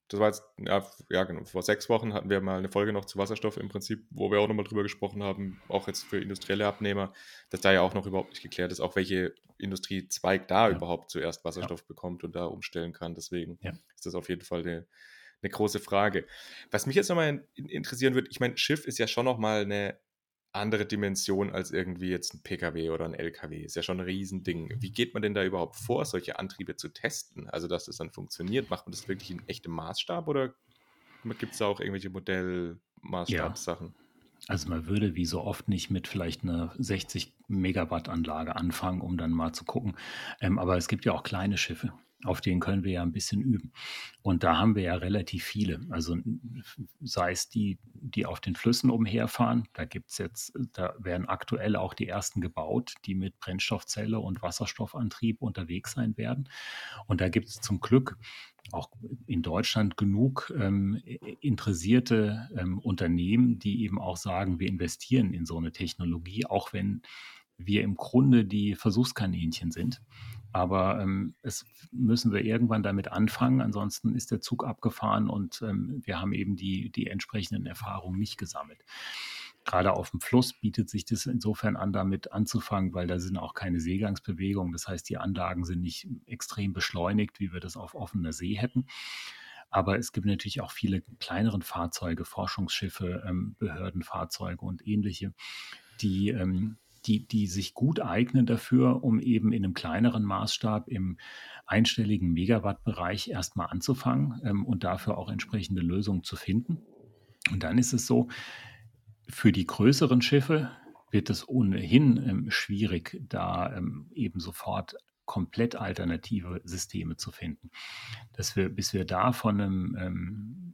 6 Wochen hatten wir mal eine Folge noch zu Wasserstoff im Prinzip, wo wir auch nochmal drüber gesprochen haben, auch jetzt für industrielle Abnehmer, dass da ja auch noch überhaupt nicht geklärt ist, auch welche Industriezweig da überhaupt zuerst Wasserstoff bekommt und da umstellen kann. Deswegen ist das auf jeden Fall eine große Frage. Was mich jetzt nochmal interessieren würde, ich meine, Schiff ist ja schon nochmal eine andere Dimension als irgendwie jetzt ein PKW oder ein LKW. Ist ja schon ein Riesending. Wie geht man denn da überhaupt vor, solche Antriebe zu testen? Also, dass das dann funktioniert. Macht man das wirklich in echtem Maßstab oder gibt es da auch irgendwelche Modellmaßstabssachen? Also man würde wie so oft nicht mit vielleicht einer 60 Megawatt Anlage anfangen, um dann mal zu gucken. Aber es gibt ja auch kleine Schiffe, auf denen können wir ja ein bisschen üben. Und da haben wir ja relativ viele. Also sei es die auf den Flüssen umherfahren, da werden aktuell auch die ersten gebaut, die mit Brennstoffzelle und Wasserstoffantrieb unterwegs sein werden. Und da gibt es zum Glück auch in Deutschland genug interessierte Unternehmen, die eben auch sagen, wir investieren in so eine Technologie, auch wenn wir im Grunde die Versuchskaninchen sind. Aber es müssen wir irgendwann damit anfangen, ansonsten ist der Zug abgefahren und wir haben eben die entsprechenden Erfahrungen nicht gesammelt. Gerade auf dem Fluss bietet sich das insofern an, damit anzufangen, weil da sind auch keine Seegangsbewegungen. Das heißt, die Anlagen sind nicht extrem beschleunigt, wie wir das auf offener See hätten. Aber es gibt natürlich auch viele kleinere Fahrzeuge, Forschungsschiffe, Behördenfahrzeuge und ähnliche, die sich gut eignen dafür, um eben in einem kleineren Maßstab im einstelligen Megawatt-Bereich erstmal anzufangen und dafür auch entsprechende Lösungen zu finden. Und dann ist es so, für die größeren Schiffe wird es ohnehin schwierig, da eben sofort komplett alternative Systeme zu finden. Bis wir da von einem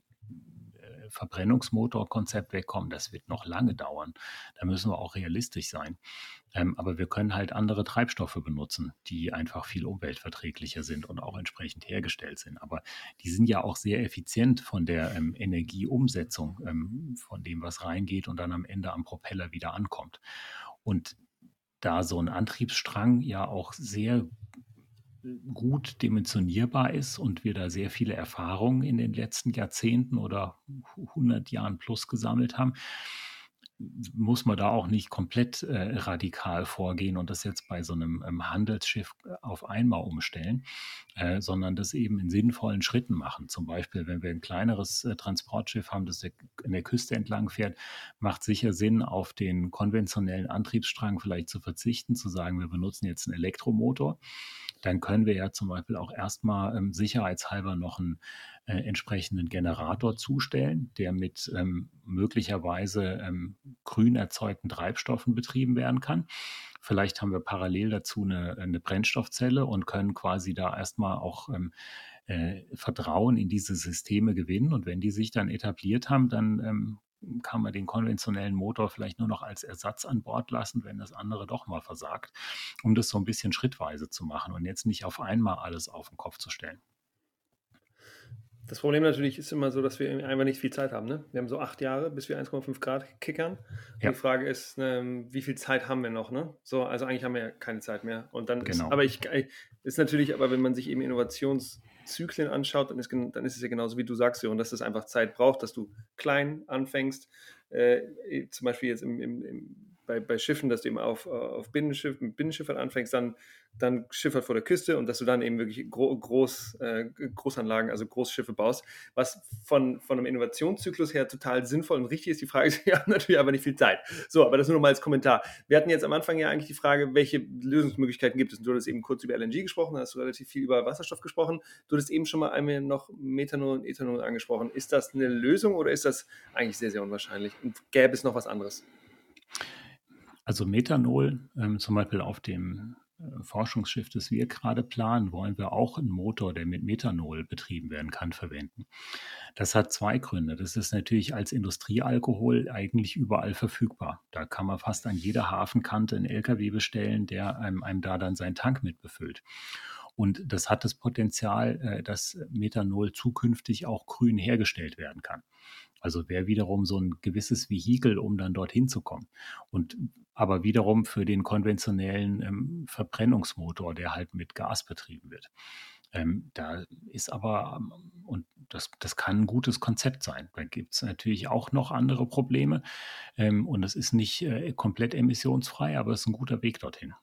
Verbrennungsmotorkonzept wegkommen, das wird noch lange dauern. Da müssen wir auch realistisch sein. Aber wir können halt andere Treibstoffe benutzen, die einfach viel umweltverträglicher sind und auch entsprechend hergestellt sind. Aber die sind ja auch sehr effizient von der Energieumsetzung, von dem, was reingeht und dann am Ende am Propeller wieder ankommt. Und da so ein Antriebsstrang ja auch sehr gut dimensionierbar ist und wir da sehr viele Erfahrungen in den letzten Jahrzehnten oder 100 Jahren plus gesammelt haben, muss man da auch nicht komplett radikal vorgehen und das jetzt bei so einem Handelsschiff auf einmal umstellen, sondern das eben in sinnvollen Schritten machen. Zum Beispiel, wenn wir ein kleineres Transportschiff haben, das an der Küste entlang fährt, macht sicher Sinn, auf den konventionellen Antriebsstrang vielleicht zu verzichten, zu sagen, wir benutzen jetzt einen Elektromotor. Dann können wir ja zum Beispiel auch erstmal sicherheitshalber noch einen entsprechenden Generator zustellen, der mit möglicherweise grün erzeugten Treibstoffen betrieben werden kann. Vielleicht haben wir parallel dazu eine Brennstoffzelle und können quasi da erstmal auch Vertrauen in diese Systeme gewinnen. Und wenn die sich dann etabliert haben, dann kann man den konventionellen Motor vielleicht nur noch als Ersatz an Bord lassen, wenn das andere doch mal versagt, um das so ein bisschen schrittweise zu machen und jetzt nicht auf einmal alles auf den Kopf zu stellen. Das Problem natürlich ist immer so, dass wir einfach nicht viel Zeit haben. Ne? Wir haben so 8 Jahre, bis wir 1,5 Grad kickern. Ja. Die Frage ist, wie viel Zeit haben wir noch? Ne? So, also eigentlich haben wir ja keine Zeit mehr. Und dann ist, ist natürlich, aber wenn man sich eben Innovationszyklen anschaut, dann ist es ja genauso, wie du sagst, und dass es einfach Zeit braucht, dass du klein anfängst. Zum Beispiel jetzt im bei Schiffen, dass du eben auf mit Binnenschiffern anfängst, dann Schifffahrt vor der Küste und dass du dann eben wirklich Großanlagen, also Großschiffe baust, was von einem Innovationszyklus her total sinnvoll und richtig ist. Die Frage ist, wir haben natürlich aber nicht viel Zeit. So, aber das nur noch mal als Kommentar. Wir hatten jetzt am Anfang ja eigentlich die Frage, welche Lösungsmöglichkeiten gibt es? Und du hast eben kurz über LNG gesprochen, hast du relativ viel über Wasserstoff gesprochen. Du hast eben schon mal einmal noch Methanol und Ethanol angesprochen. Ist das eine Lösung oder ist das eigentlich sehr, sehr unwahrscheinlich? Und gäbe es noch was anderes? Also Methanol, zum Beispiel auf dem Forschungsschiff, das wir gerade planen, wollen wir auch einen Motor, der mit Methanol betrieben werden kann, verwenden. Das hat zwei Gründe. Das ist natürlich als Industriealkohol eigentlich überall verfügbar. Da kann man fast an jeder Hafenkante einen LKW bestellen, der einem da dann seinen Tank mit befüllt. Und das hat das Potenzial, dass Methanol zukünftig auch grün hergestellt werden kann. Also wäre wiederum so ein gewisses Vehikel, um dann dorthin zu kommen. Und aber wiederum für den konventionellen Verbrennungsmotor, der halt mit Gas betrieben wird. Da ist aber, und das kann ein gutes Konzept sein. Da gibt es natürlich auch noch andere Probleme. Und es ist nicht komplett emissionsfrei, aber es ist ein guter Weg dorthin.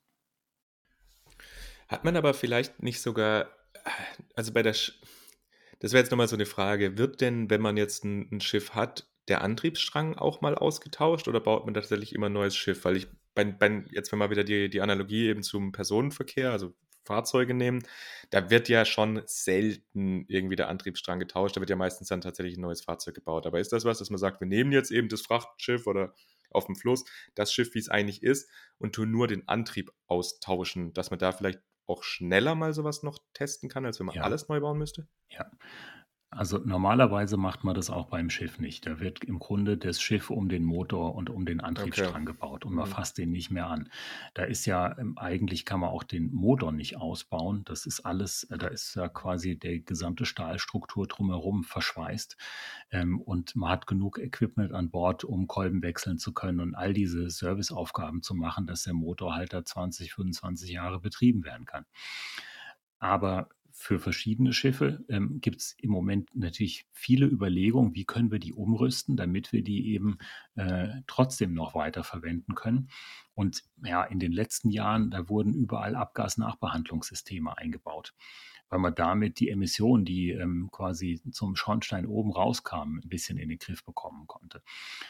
Hat man aber vielleicht nicht sogar, also das wäre jetzt nochmal so eine Frage, wird denn, wenn man jetzt ein Schiff hat, der Antriebsstrang auch mal ausgetauscht oder baut man tatsächlich immer ein neues Schiff? Weil jetzt wenn wir wieder die Analogie eben zum Personenverkehr, also Fahrzeuge nehmen, da wird ja schon selten irgendwie der Antriebsstrang getauscht, da wird ja meistens dann tatsächlich ein neues Fahrzeug gebaut. Aber ist das was, dass man sagt, wir nehmen jetzt eben das Frachtschiff oder auf dem Fluss, das Schiff, wie es eigentlich ist, und tun nur den Antrieb austauschen, dass man da vielleicht auch schneller mal sowas noch testen kann, als wenn man Ja. alles neu bauen müsste? Ja. Also normalerweise macht man das auch beim Schiff nicht. Da wird im Grunde das Schiff um den Motor und um den Antriebsstrang gebaut und man fasst den nicht mehr an. Da ist ja eigentlich kann man auch den Motor nicht ausbauen. Das ist alles, da ist ja quasi die gesamte Stahlstruktur drumherum verschweißt. Und man hat genug Equipment an Bord, um Kolben wechseln zu können und all diese Serviceaufgaben zu machen, dass der Motor halt da 20, 25 Jahre betrieben werden kann. Aber für verschiedene Schiffe gibt es im Moment natürlich viele Überlegungen, wie können wir die umrüsten, damit wir die eben trotzdem noch weiter verwenden können. Und ja, in den letzten Jahren, da wurden überall Abgasnachbehandlungssysteme eingebaut, weil man damit die Emissionen, die quasi zum Schornstein oben rauskamen, ein bisschen in den Griff bekommen konnte.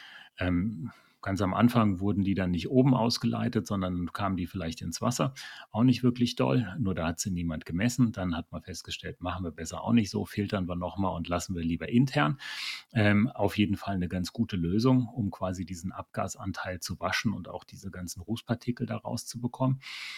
Ganz am Anfang wurden die dann nicht oben ausgeleitet, sondern kamen die vielleicht ins Wasser. Auch nicht wirklich doll, nur da hat sie niemand gemessen. Dann hat man festgestellt, machen wir besser auch nicht so, filtern wir nochmal und lassen wir lieber intern. Auf jeden Fall eine ganz gute Lösung, um quasi diesen Abgasanteil zu waschen und auch diese ganzen Rußpartikel da rauszubekommen.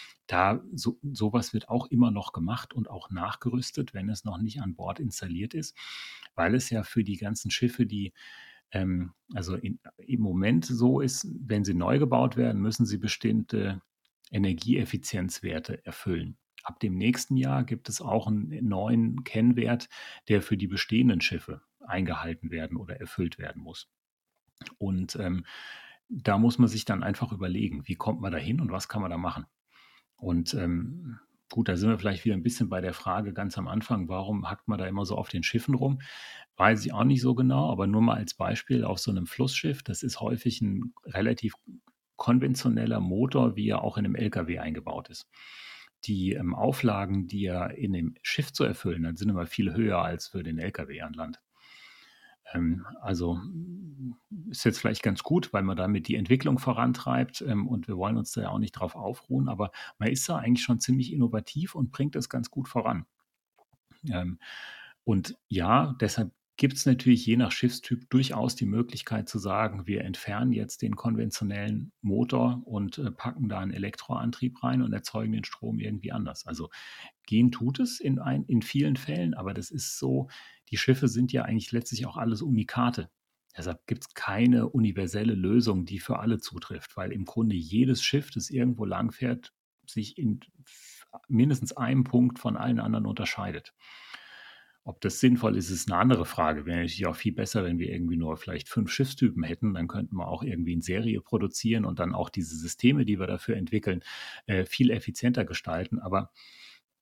Sowas wird auch immer noch gemacht und auch nachgerüstet, wenn es noch nicht an Bord installiert ist, weil es ja für die ganzen Schiffe, die also im Moment so ist, wenn sie neu gebaut werden, müssen sie bestimmte Energieeffizienzwerte erfüllen. Ab dem nächsten Jahr gibt es auch einen neuen Kennwert, der für die bestehenden Schiffe eingehalten werden oder erfüllt werden muss. Und da muss man sich dann einfach überlegen, wie kommt man da hin und was kann man da machen. Und gut, da sind wir vielleicht wieder ein bisschen bei der Frage ganz am Anfang, warum hackt man da immer so auf den Schiffen rum? Weiß ich auch nicht so genau, aber nur mal als Beispiel auf so einem Flussschiff, das ist häufig ein relativ konventioneller Motor, wie er auch in einem LKW eingebaut ist. Die Auflagen, die er in dem Schiff zu erfüllen hat, sind immer viel höher als für den LKW an Land. Also ist jetzt vielleicht ganz gut, weil man damit die Entwicklung vorantreibt und wir wollen uns da ja auch nicht drauf aufruhen, aber man ist da eigentlich schon ziemlich innovativ und bringt das ganz gut voran. Und ja, deshalb gibt es natürlich je nach Schiffstyp durchaus die Möglichkeit zu sagen, wir entfernen jetzt den konventionellen Motor und packen da einen Elektroantrieb rein und erzeugen den Strom irgendwie anders. Also gehen tut es in vielen Fällen, aber das ist so, die Schiffe sind ja eigentlich letztlich auch alles Unikate. Deshalb gibt es keine universelle Lösung, die für alle zutrifft, weil im Grunde jedes Schiff, das irgendwo langfährt, sich in mindestens einem Punkt von allen anderen unterscheidet. Ob das sinnvoll ist, ist eine andere Frage. Wäre natürlich auch viel besser, wenn wir irgendwie nur vielleicht 5 Schiffstypen hätten. Dann könnten wir auch irgendwie in Serie produzieren und dann auch diese Systeme, die wir dafür entwickeln, viel effizienter gestalten. Aber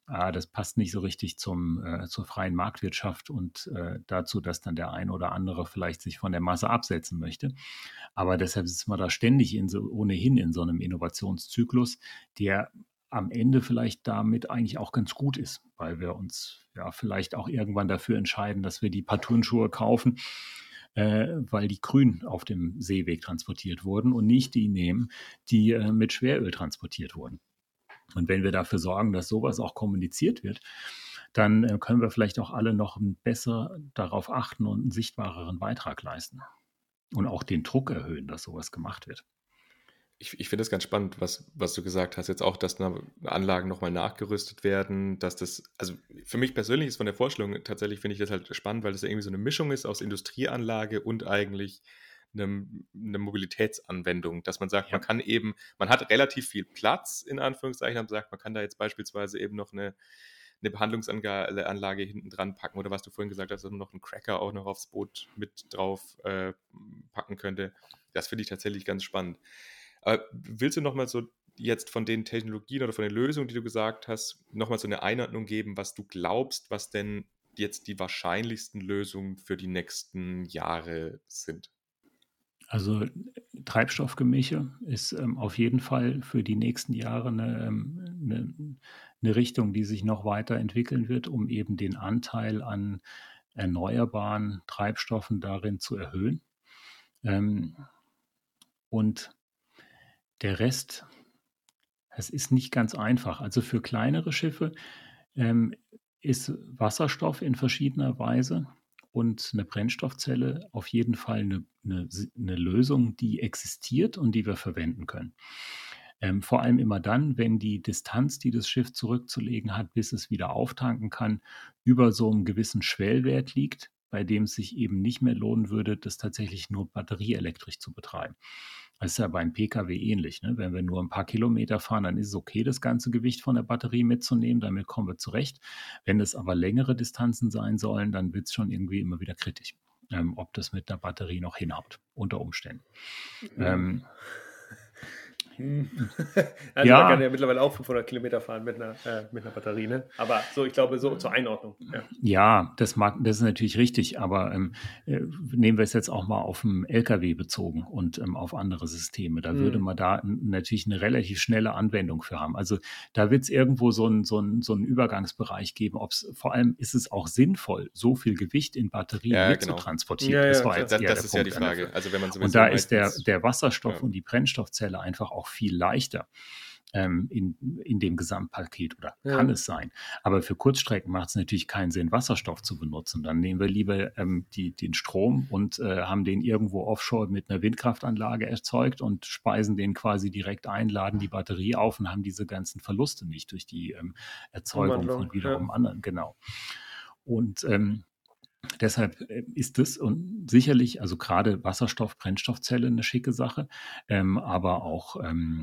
das passt nicht so richtig zur freien Marktwirtschaft und dazu, dass dann der ein oder andere vielleicht sich von der Masse absetzen möchte. Aber deshalb ist man da ständig ohnehin in so einem Innovationszyklus, der am Ende vielleicht damit eigentlich auch ganz gut ist, weil wir uns ja vielleicht auch irgendwann dafür entscheiden, dass wir die paar Turnschuhe kaufen, weil die grün auf dem Seeweg transportiert wurden und nicht die nehmen, die mit Schweröl transportiert wurden. Und wenn wir dafür sorgen, dass sowas auch kommuniziert wird, dann können wir vielleicht auch alle noch besser darauf achten und einen sichtbareren Beitrag leisten. Und auch den Druck erhöhen, dass sowas gemacht wird. Ich finde das ganz spannend, was du gesagt hast, jetzt auch, dass Anlagen nochmal nachgerüstet werden, dass das, also für mich persönlich ist von der Vorstellung tatsächlich, finde ich das halt spannend, weil das ja irgendwie so eine Mischung ist aus Industrieanlage und eigentlich eine Mobilitätsanwendung, dass man sagt, man hat relativ viel Platz, in Anführungszeichen, man sagt, man kann da jetzt beispielsweise eben noch eine Behandlungsanlage hinten dran packen oder was du vorhin gesagt hast, dass man noch einen Cracker auch noch aufs Boot mit drauf packen könnte. Das finde ich tatsächlich ganz spannend. Aber willst du nochmal so jetzt von den Technologien oder von den Lösungen, die du gesagt hast, nochmal so eine Einordnung geben, was du glaubst, was denn jetzt die wahrscheinlichsten Lösungen für die nächsten Jahre sind? Also Treibstoffgemische ist auf jeden Fall für die nächsten Jahre eine Richtung, die sich noch weiterentwickeln wird, um eben den Anteil an erneuerbaren Treibstoffen darin zu erhöhen. Und der Rest, es ist nicht ganz einfach. Also für kleinere Schiffe ist Wasserstoff in verschiedener Weise und eine Brennstoffzelle auf jeden Fall eine Lösung, die existiert und die wir verwenden können. Vor allem immer dann, wenn die Distanz, die das Schiff zurückzulegen hat, bis es wieder auftanken kann, über so einem gewissen Schwellwert liegt, bei dem es sich eben nicht mehr lohnen würde, das tatsächlich nur batterieelektrisch zu betreiben. Das ist ja beim Pkw ähnlich. Ne? Wenn wir nur ein paar Kilometer fahren, dann ist es okay, das ganze Gewicht von der Batterie mitzunehmen. Damit kommen wir zurecht. Wenn es aber längere Distanzen sein sollen, dann wird es schon irgendwie immer wieder kritisch, ob das mit der Batterie noch hinhaut, unter Umständen. Also man kann ja mittlerweile auch 500 Kilometer fahren mit einer Batterie, ne? Aber so, ich glaube, so zur Einordnung. Ja, das ist natürlich richtig, aber nehmen wir es jetzt auch mal auf den LKW bezogen und auf andere Systeme. Da würde man da natürlich eine relativ schnelle Anwendung für haben. Also da wird es irgendwo so einen Übergangsbereich geben. Vor allem ist es auch sinnvoll, so viel Gewicht in Batterien zu transportieren. Das ist ja die Frage. Also wenn man und da ist der Wasserstoff und die Brennstoffzelle einfach auch viel leichter in dem Gesamtpaket oder kann es sein. Aber für Kurzstrecken macht es natürlich keinen Sinn, Wasserstoff zu benutzen. Dann nehmen wir lieber den Strom und haben den irgendwo offshore mit einer Windkraftanlage erzeugt und speisen den quasi direkt ein, laden die Batterie auf und haben diese ganzen Verluste nicht durch die Erzeugung von wiederum anderen. Genau. Und deshalb ist es und sicherlich, also gerade Wasserstoff, Brennstoffzelle eine schicke Sache, aber auch,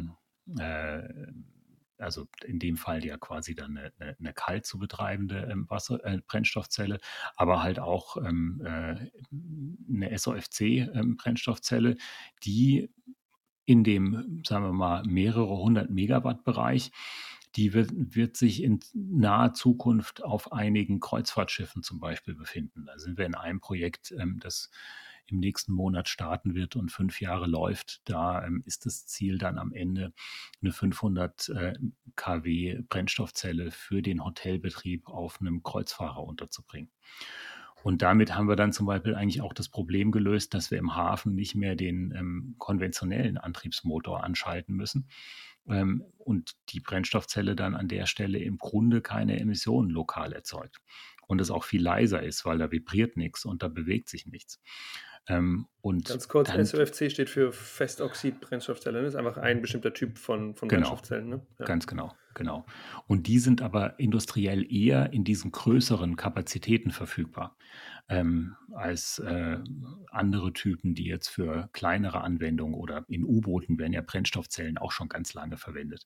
also in dem Fall ja quasi dann eine kalt zu betreibende Brennstoffzelle, aber halt auch eine SOFC-Brennstoffzelle, die in dem, sagen wir mal, mehrere 100 Megawatt Bereich, die wird sich in naher Zukunft auf einigen Kreuzfahrtschiffen zum Beispiel befinden. Da sind wir in einem Projekt, das im nächsten Monat starten wird und 5 Jahre läuft. Da ist das Ziel dann am Ende eine 500 kW Brennstoffzelle für den Hotelbetrieb auf einem Kreuzfahrer unterzubringen. Und damit haben wir dann zum Beispiel eigentlich auch das Problem gelöst, dass wir im Hafen nicht mehr den konventionellen Antriebsmotor anschalten müssen und die Brennstoffzelle dann an der Stelle im Grunde keine Emissionen lokal erzeugt. Und es auch viel leiser ist, weil da vibriert nichts und da bewegt sich nichts. Und ganz kurz, SOFC steht für Festoxid-Brennstoffzelle. Das ist einfach ein bestimmter Typ von Brennstoffzellen. Ne? Ja. Ganz genau. Und die sind aber industriell eher in diesen größeren Kapazitäten verfügbar als andere Typen, die jetzt für kleinere Anwendungen oder in U-Booten werden ja Brennstoffzellen auch schon ganz lange verwendet.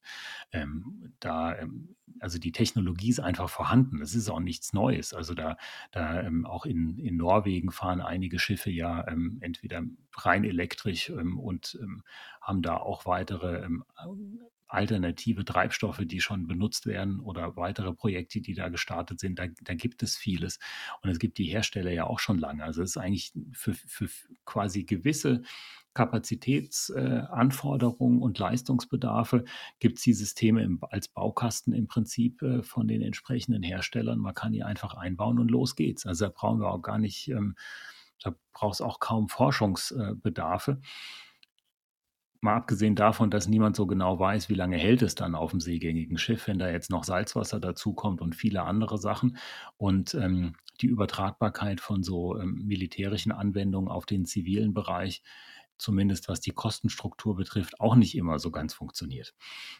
Also die Technologie ist einfach vorhanden. Das ist auch nichts Neues. Also da auch in Norwegen fahren einige Schiffe ja entweder rein elektrisch und haben da auch weitere alternative Treibstoffe, die schon benutzt werden oder weitere Projekte, die da gestartet sind, da gibt es vieles. Und es gibt die Hersteller ja auch schon lange. Also es ist eigentlich für quasi gewisse Kapazitätsanforderungen und Leistungsbedarfe gibt es die Systeme als Baukasten im Prinzip von den entsprechenden Herstellern. Man kann die einfach einbauen und los geht's. Also da brauchen wir auch gar nicht, da braucht es auch kaum Forschungsbedarfe. Mal abgesehen davon, dass niemand so genau weiß, wie lange hält es dann auf dem seegängigen Schiff, wenn da jetzt noch Salzwasser dazukommt und viele andere Sachen. Und die Übertragbarkeit von so militärischen Anwendungen auf den zivilen Bereich, zumindest was die Kostenstruktur betrifft, auch nicht immer so ganz funktioniert.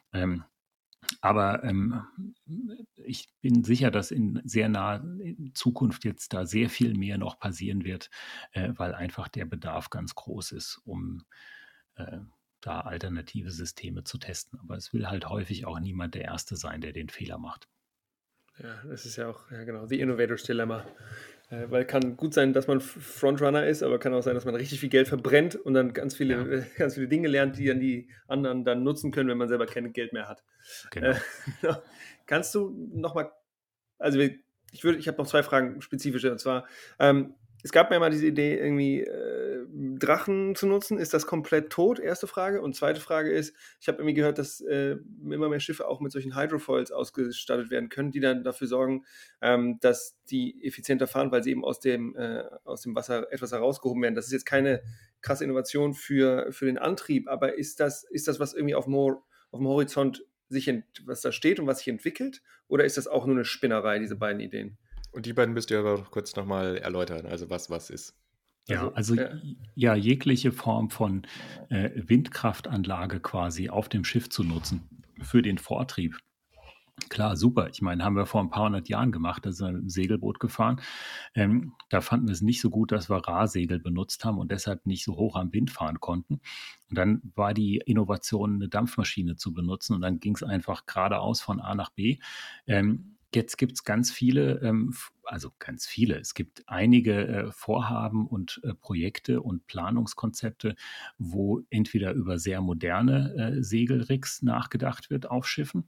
Aber ich bin sicher, dass in sehr naher Zukunft jetzt da sehr viel mehr noch passieren wird, weil einfach der Bedarf ganz groß ist, um da alternative Systeme zu testen. Aber es will halt häufig auch niemand der Erste sein, der den Fehler macht. Ja, das ist ja auch, ja genau, the Innovator's Dilemma. Weil kann gut sein, dass man Frontrunner ist, aber kann auch sein, dass man richtig viel Geld verbrennt und dann ganz viele Dinge lernt, die dann die anderen dann nutzen können, wenn man selber kein Geld mehr hat. Genau. Kannst du nochmal, also ich habe noch 2 Fragen spezifische, und zwar, es gab mir mal diese Idee, irgendwie Drachen zu nutzen. Ist das komplett tot? Erste Frage. Und zweite Frage ist, ich habe irgendwie gehört, dass immer mehr Schiffe auch mit solchen Hydrofoils ausgestattet werden können, die dann dafür sorgen, dass die effizienter fahren, weil sie eben aus dem Wasser etwas herausgehoben werden. Das ist jetzt keine krasse Innovation für den Antrieb, aber ist das was irgendwie auf dem Horizont was da steht und was sich entwickelt? Oder ist das auch nur eine Spinnerei, diese beiden Ideen? Und die beiden müsst ihr aber kurz nochmal erläutern, also was ist. Also jegliche Form von Windkraftanlage quasi auf dem Schiff zu nutzen für den Vortrieb. Klar, super. Ich meine, haben wir vor ein paar hundert Jahren gemacht, da sind wir mit dem Segelboot gefahren. Da fanden wir es nicht so gut, dass wir Rahsegel benutzt haben und deshalb nicht so hoch am Wind fahren konnten. Und dann war die Innovation, eine Dampfmaschine zu benutzen und dann ging es einfach geradeaus von A nach B. Jetzt gibt es ganz viele, es gibt einige Vorhaben und Projekte und Planungskonzepte, wo entweder über sehr moderne Segelrigs nachgedacht wird auf Schiffen,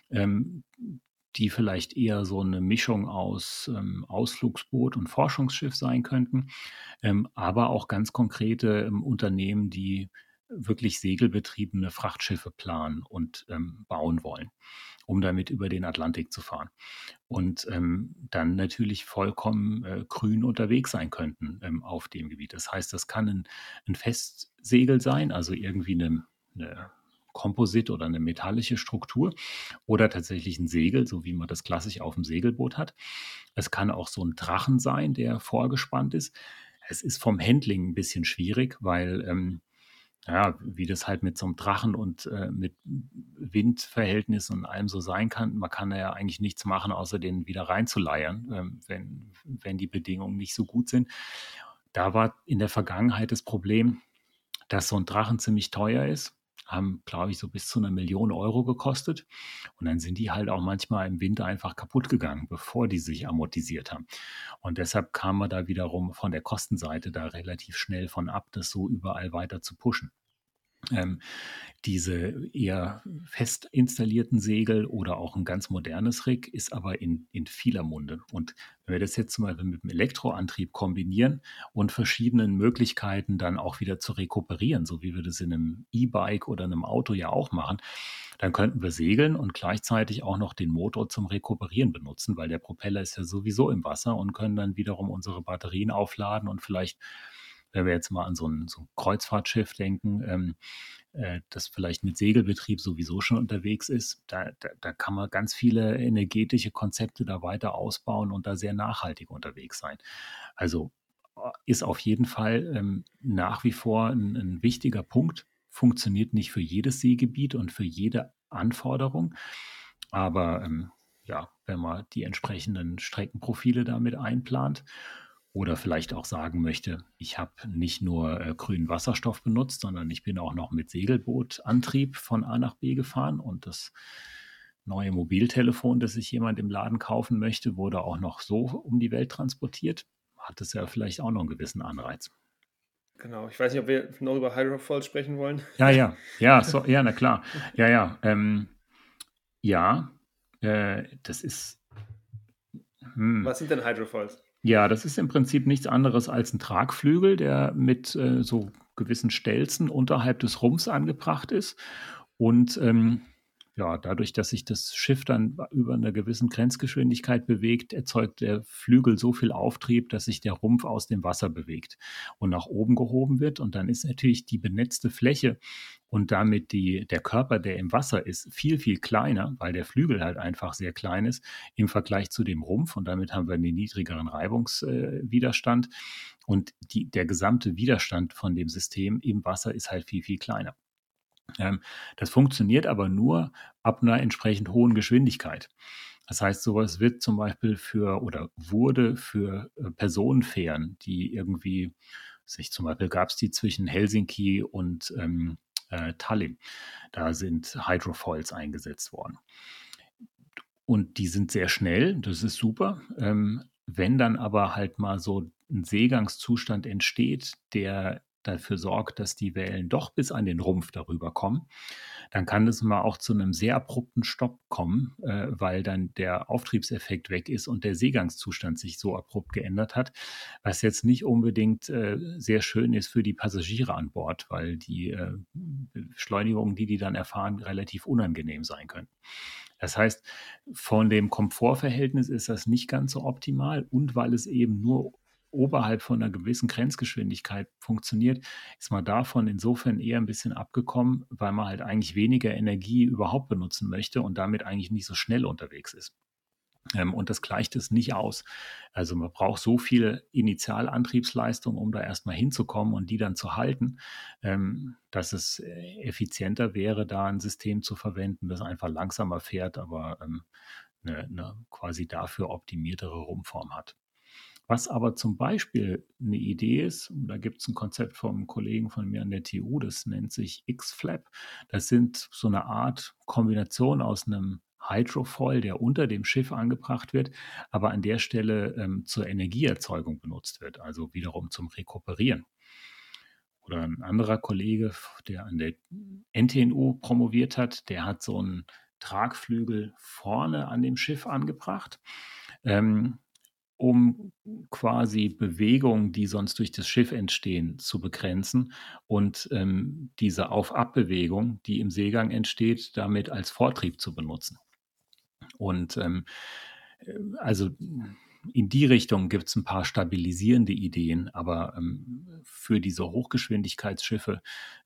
die vielleicht eher so eine Mischung aus Ausflugsboot und Forschungsschiff sein könnten, aber auch ganz konkrete Unternehmen, die wirklich segelbetriebene Frachtschiffe planen und bauen wollen, um damit über den Atlantik zu fahren. Und dann natürlich vollkommen grün unterwegs sein könnten auf dem Gebiet. Das heißt, das kann ein Festsegel sein, also irgendwie eine Komposit oder eine metallische Struktur oder tatsächlich ein Segel, so wie man das klassisch auf dem Segelboot hat. Es kann auch so ein Drachen sein, der vorgespannt ist. Es ist vom Handling ein bisschen schwierig, weil wie das halt mit so einem Drachen und mit Windverhältnissen und allem so sein kann. Man kann da ja eigentlich nichts machen, außer den wieder reinzuleiern, wenn die Bedingungen nicht so gut sind. Da war in der Vergangenheit das Problem, dass so ein Drachen ziemlich teuer ist. Haben, glaube ich, so bis zu 1 Million Euro gekostet. Und dann sind die halt auch manchmal im Winter einfach kaputt gegangen, bevor die sich amortisiert haben. Und deshalb kam man da wiederum von der Kostenseite da relativ schnell von ab, das so überall weiter zu pushen. Diese eher fest installierten Segel oder auch ein ganz modernes Rig ist aber in vieler Munde. Und wenn wir das jetzt zum Beispiel mit dem Elektroantrieb kombinieren und verschiedenen Möglichkeiten dann auch wieder zu rekuperieren, so wie wir das in einem E-Bike oder einem Auto ja auch machen, dann könnten wir segeln und gleichzeitig auch noch den Motor zum Rekuperieren benutzen, weil der Propeller ist ja sowieso im Wasser und können dann wiederum unsere Batterien aufladen und vielleicht, wenn wir jetzt mal an so ein Kreuzfahrtschiff denken, das vielleicht mit Segelbetrieb sowieso schon unterwegs ist, da kann man ganz viele energetische Konzepte da weiter ausbauen und da sehr nachhaltig unterwegs sein. Also ist auf jeden Fall nach wie vor ein wichtiger Punkt. Funktioniert nicht für jedes Seegebiet und für jede Anforderung, aber wenn man die entsprechenden Streckenprofile damit einplant oder vielleicht auch sagen möchte, ich habe nicht nur grünen Wasserstoff benutzt, sondern ich bin auch noch mit Segelbootantrieb von A nach B gefahren und das neue Mobiltelefon, das sich jemand im Laden kaufen möchte, wurde auch noch so um die Welt transportiert. Hat es ja vielleicht auch noch einen gewissen Anreiz. Genau, ich weiß nicht, ob wir noch über Hydrofoils sprechen wollen. Ja, na klar. Ja, ja, das ist, Was sind denn Hydrofoils? ja, das ist im Prinzip nichts anderes als ein Tragflügel, der mit so gewissen Stelzen unterhalb des Rumpfs angebracht ist. Und ja, dadurch, dass sich das Schiff dann über einer gewissen Grenzgeschwindigkeit bewegt, erzeugt der Flügel so viel Auftrieb, dass sich der Rumpf aus dem Wasser bewegt und nach oben gehoben wird. Und dann ist natürlich die benetzte Fläche und damit der Körper, der im Wasser ist, viel, viel kleiner, weil der Flügel halt einfach sehr klein ist im Vergleich zu dem Rumpf. Und damit haben wir einen niedrigeren Reibungswiderstand. Und der gesamte Widerstand von dem System im Wasser ist halt viel, viel kleiner. Das funktioniert aber nur ab einer entsprechend hohen Geschwindigkeit. Das heißt, sowas wird zum Beispiel wurde für Personenfähren, die irgendwie, zum Beispiel gab es die zwischen Helsinki und Tallinn. Da sind Hydrofoils eingesetzt worden. Und die sind sehr schnell, das ist super. Wenn dann aber halt mal so ein Seegangszustand entsteht, der dafür sorgt, dass die Wellen doch bis an den Rumpf darüber kommen, dann kann es mal auch zu einem sehr abrupten Stopp kommen, weil dann der Auftriebseffekt weg ist und der Seegangszustand sich so abrupt geändert hat, was jetzt nicht unbedingt sehr schön ist für die Passagiere an Bord, weil die Beschleunigungen, die dann erfahren, relativ unangenehm sein können. Das heißt, von dem Komfortverhältnis ist das nicht ganz so optimal und weil es eben nur oberhalb von einer gewissen Grenzgeschwindigkeit funktioniert, ist man davon insofern eher ein bisschen abgekommen, weil man halt eigentlich weniger Energie überhaupt benutzen möchte und damit eigentlich nicht so schnell unterwegs ist. Und das gleicht es nicht aus. Also man braucht so viel Initialantriebsleistung, um da erstmal hinzukommen und die dann zu halten, dass es effizienter wäre, da ein System zu verwenden, das einfach langsamer fährt, aber eine quasi dafür optimiertere Rumpfform hat. Was aber zum Beispiel eine Idee ist, und da gibt es ein Konzept vom Kollegen von mir an der TU, das nennt sich X-Flap. Das sind so eine Art Kombination aus einem Hydrofoil, der unter dem Schiff angebracht wird, aber an der Stelle zur Energieerzeugung benutzt wird, also wiederum zum Rekuperieren. Oder ein anderer Kollege, der an der NTNU promoviert hat, der hat so einen Tragflügel vorne an dem Schiff angebracht. Um quasi Bewegungen, die sonst durch das Schiff entstehen, zu begrenzen und diese Auf-Ab-Bewegung, die im Seegang entsteht, damit als Vortrieb zu benutzen. Und also in die Richtung gibt es ein paar stabilisierende Ideen, aber für diese Hochgeschwindigkeitsschiffe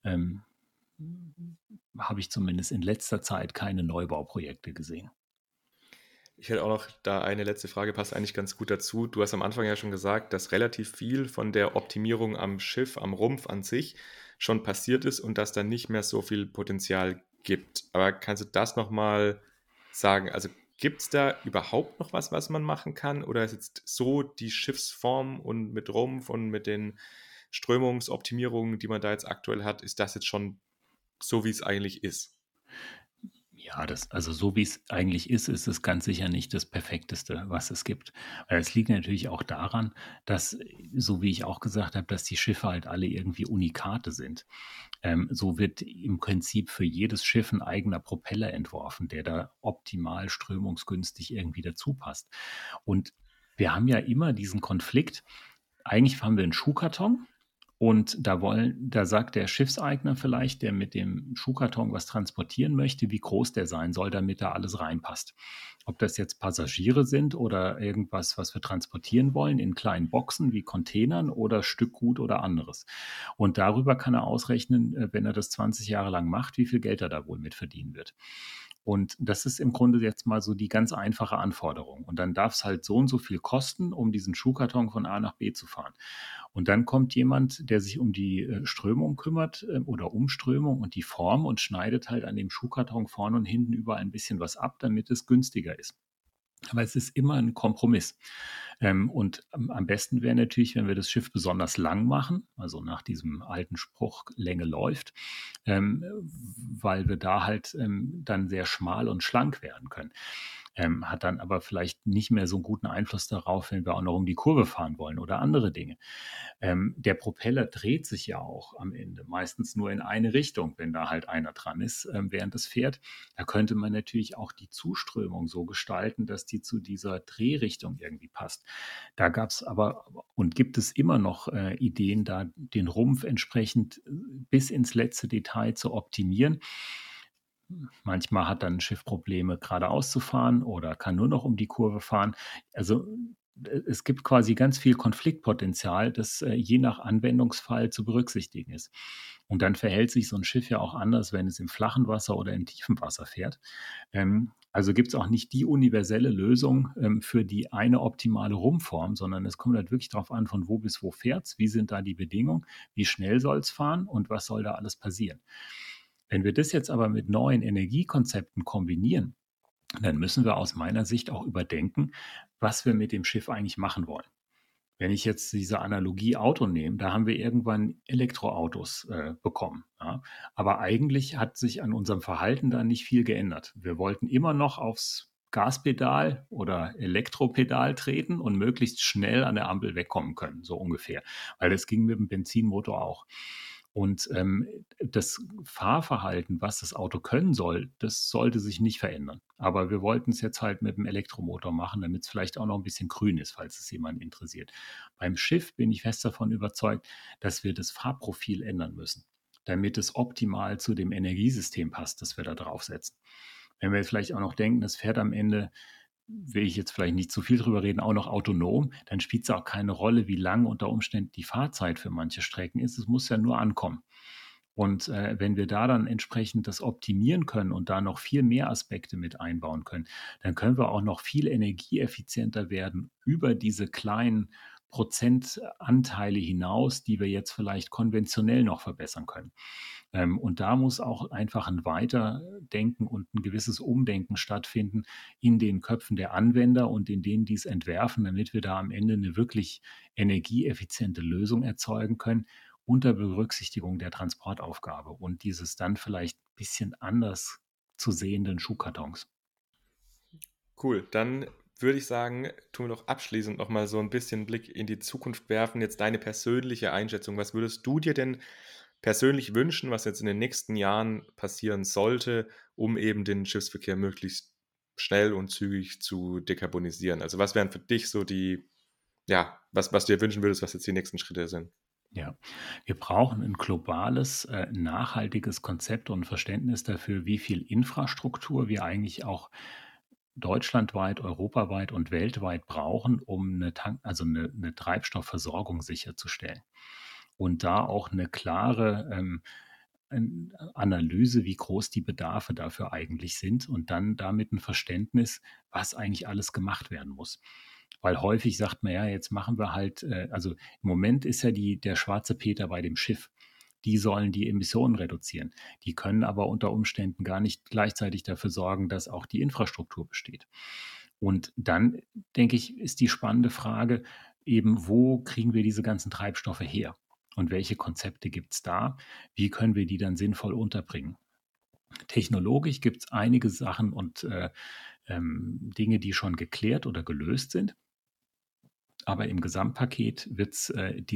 habe ich zumindest in letzter Zeit keine Neubauprojekte gesehen. Ich hätte auch noch da eine letzte Frage, passt eigentlich ganz gut dazu. Du hast am Anfang ja schon gesagt, dass relativ viel von der Optimierung am Schiff, am Rumpf an sich schon passiert ist und dass da nicht mehr so viel Potenzial gibt. Aber kannst du das nochmal sagen? Also gibt es da überhaupt noch was man machen kann? Oder ist jetzt so die Schiffsform und mit Rumpf und mit den Strömungsoptimierungen, die man da jetzt aktuell hat, ist das jetzt schon so, wie es eigentlich ist? Ja, also so wie es eigentlich ist es ganz sicher nicht das Perfekteste, was es gibt. Weil es liegt natürlich auch daran, dass, so wie ich auch gesagt habe, dass die Schiffe halt alle irgendwie Unikate sind. So wird im Prinzip für jedes Schiff ein eigener Propeller entworfen, der da optimal strömungsgünstig irgendwie dazu passt. Und wir haben ja immer diesen Konflikt. Eigentlich haben wir einen Schuhkarton. Und da sagt der Schiffseigner vielleicht, der mit dem Schuhkarton was transportieren möchte, wie groß der sein soll, damit da alles reinpasst. Ob das jetzt Passagiere sind oder irgendwas, was wir transportieren wollen, in kleinen Boxen wie Containern oder Stückgut oder anderes. Und darüber kann er ausrechnen, wenn er das 20 Jahre lang macht, wie viel Geld er da wohl mit verdienen wird. Und das ist im Grunde jetzt mal so die ganz einfache Anforderung. Und dann darf es halt so und so viel kosten, um diesen Schuhkarton von A nach B zu fahren. Und dann kommt jemand, der sich um die Strömung kümmert oder Umströmung und die Form und schneidet halt an dem Schuhkarton vorne und hinten überall ein bisschen was ab, damit es günstiger ist. Aber es ist immer ein Kompromiss. Und am besten wäre natürlich, wenn wir das Schiff besonders lang machen, also nach diesem alten Spruch, Länge läuft, weil wir da halt dann sehr schmal und schlank werden können. hat dann aber vielleicht nicht mehr so einen guten Einfluss darauf, wenn wir auch noch um die Kurve fahren wollen oder andere Dinge. Der Propeller dreht sich ja auch am Ende, meistens nur in eine Richtung, wenn da halt einer dran ist, während es fährt. Da könnte man natürlich auch die Zuströmung so gestalten, dass die zu dieser Drehrichtung irgendwie passt. Da gab es aber und gibt es immer noch Ideen, da den Rumpf entsprechend bis ins letzte Detail zu optimieren. Manchmal hat dann ein Schiff Probleme, geradeaus zu fahren oder kann nur noch um die Kurve fahren. Also es gibt quasi ganz viel Konfliktpotenzial, das je nach Anwendungsfall zu berücksichtigen ist. Und dann verhält sich so ein Schiff ja auch anders, wenn es im flachen Wasser oder im tiefen Wasser fährt. Also gibt es auch nicht die universelle Lösung für die eine optimale Rumpfform, sondern es kommt halt wirklich darauf an, von wo bis wo fährt es, wie sind da die Bedingungen, wie schnell soll es fahren und was soll da alles passieren. Wenn wir das jetzt aber mit neuen Energiekonzepten kombinieren, dann müssen wir aus meiner Sicht auch überdenken, was wir mit dem Schiff eigentlich machen wollen. Wenn ich jetzt diese Analogie Auto nehme, da haben wir irgendwann Elektroautos bekommen. Ja? Aber eigentlich hat sich an unserem Verhalten da nicht viel geändert. Wir wollten immer noch aufs Gaspedal oder Elektropedal treten und möglichst schnell an der Ampel wegkommen können, so ungefähr. Weil das ging mit dem Benzinmotor auch. Und das Fahrverhalten, was das Auto können soll, das sollte sich nicht verändern. Aber wir wollten es jetzt halt mit dem Elektromotor machen, damit es vielleicht auch noch ein bisschen grün ist, falls es jemanden interessiert. Beim Schiff bin ich fest davon überzeugt, dass wir das Fahrprofil ändern müssen, damit es optimal zu dem Energiesystem passt, das wir da draufsetzen. Wenn wir jetzt vielleicht auch noch denken, das fährt am Ende, will ich jetzt vielleicht nicht zu viel drüber reden, auch noch autonom, dann spielt es auch keine Rolle, wie lang unter Umständen die Fahrzeit für manche Strecken ist. Es muss ja nur ankommen. Und wenn wir da dann entsprechend das optimieren können und da noch viel mehr Aspekte mit einbauen können, dann können wir auch noch viel energieeffizienter werden über diese kleinen Prozentanteile hinaus, die wir jetzt vielleicht konventionell noch verbessern können. Und da muss auch einfach ein Weiterdenken und ein gewisses Umdenken stattfinden in den Köpfen der Anwender und in denen, die es entwerfen, damit wir da am Ende eine wirklich energieeffiziente Lösung erzeugen können, unter Berücksichtigung der Transportaufgabe und dieses dann vielleicht ein bisschen anders zu sehenden Schuhkartons. Cool, dann würde ich sagen, tun wir doch abschließend nochmal so ein bisschen Blick in die Zukunft werfen. Jetzt deine persönliche Einschätzung. Was würdest du dir denn persönlich wünschen, was jetzt in den nächsten Jahren passieren sollte, um eben den Schiffsverkehr möglichst schnell und zügig zu dekarbonisieren? Also was wären für dich so was du dir wünschen würdest, was jetzt die nächsten Schritte sind? Ja, wir brauchen ein globales, nachhaltiges Konzept und Verständnis dafür, wie viel Infrastruktur wir eigentlich auch deutschlandweit, europaweit und weltweit brauchen, um eine Treibstoffversorgung sicherzustellen. Und da auch eine klare Analyse, wie groß die Bedarfe dafür eigentlich sind und dann damit ein Verständnis, was eigentlich alles gemacht werden muss. Weil häufig sagt man ja, jetzt machen wir halt, also im Moment ist ja der schwarze Peter bei dem Schiff. Die sollen die Emissionen reduzieren. Die können aber unter Umständen gar nicht gleichzeitig dafür sorgen, dass auch die Infrastruktur besteht. Und dann, denke ich, ist die spannende Frage eben, wo kriegen wir diese ganzen Treibstoffe her? Und welche Konzepte gibt es da? Wie können wir die dann sinnvoll unterbringen? Technologisch gibt es einige Sachen und Dinge, die schon geklärt oder gelöst sind. Aber im Gesamtpaket wird es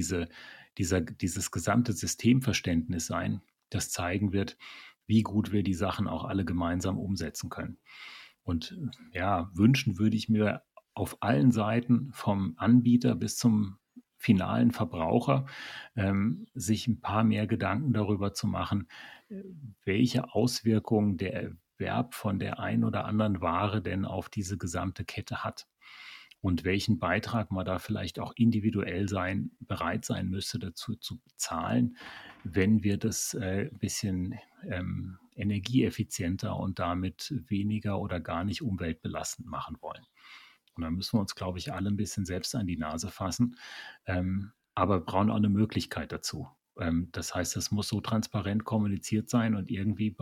dieses gesamte Systemverständnis sein, das zeigen wird, wie gut wir die Sachen auch alle gemeinsam umsetzen können. Und ja, wünschen würde ich mir auf allen Seiten, vom Anbieter bis zum finalen Verbraucher, sich ein paar mehr Gedanken darüber zu machen, welche Auswirkungen der Erwerb von der einen oder anderen Ware denn auf diese gesamte Kette hat und welchen Beitrag man da vielleicht auch individuell bereit sein müsste, dazu zu bezahlen, wenn wir das ein bisschen energieeffizienter und damit weniger oder gar nicht umweltbelastend machen wollen. Und da müssen wir uns, glaube ich, alle ein bisschen selbst an die Nase fassen, aber brauchen auch eine Möglichkeit dazu. Das heißt, es muss so transparent kommuniziert sein und irgendwie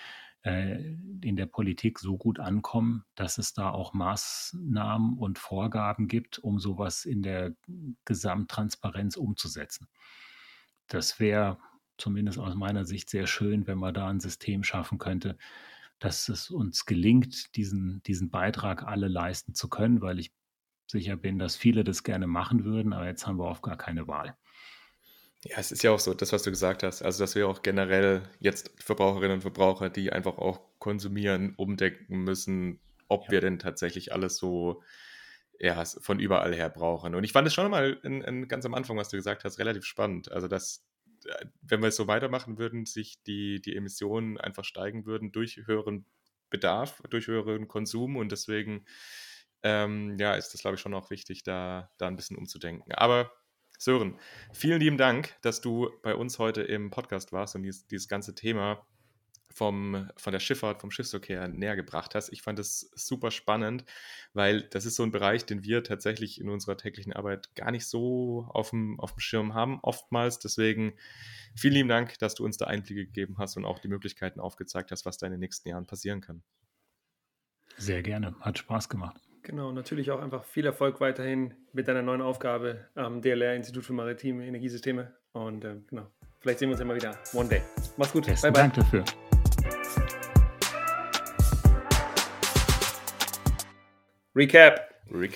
in der Politik so gut ankommen, dass es da auch Maßnahmen und Vorgaben gibt, um sowas in der Gesamttransparenz umzusetzen. Das wäre zumindest aus meiner Sicht sehr schön, wenn man da ein System schaffen könnte, dass es uns gelingt, diesen Beitrag alle leisten zu können, weil ich sicher bin, dass viele das gerne machen würden, aber jetzt haben wir oft gar keine Wahl. Ja, es ist ja auch so, das, was du gesagt hast, also dass wir auch generell jetzt Verbraucherinnen und Verbraucher, die einfach auch konsumieren, umdenken müssen, ob wir denn tatsächlich alles so von überall her brauchen. Und ich fand es schon mal ganz am Anfang, was du gesagt hast, relativ spannend. Also, dass, wenn wir es so weitermachen würden, sich die Emissionen einfach steigen würden durch höheren Bedarf, durch höheren Konsum. Und deswegen ist das, glaube ich, schon auch wichtig, da ein bisschen umzudenken. Aber Sören, vielen lieben Dank, dass du bei uns heute im Podcast warst und dieses ganze Thema von der Schifffahrt, vom Schiffsverkehr näher gebracht hast. Ich fand es super spannend, weil das ist so ein Bereich, den wir tatsächlich in unserer täglichen Arbeit gar nicht so auf dem Schirm haben, oftmals. Deswegen vielen lieben Dank, dass du uns da Einblicke gegeben hast und auch die Möglichkeiten aufgezeigt hast, was da in den nächsten Jahren passieren kann. Sehr gerne, hat Spaß gemacht. Genau, natürlich auch einfach viel Erfolg weiterhin mit deiner neuen Aufgabe am DLR, Institut für Maritime Energiesysteme. Und genau, vielleicht sehen wir uns ja mal wieder one day. Mach's gut. Besten Dank dafür. Recap.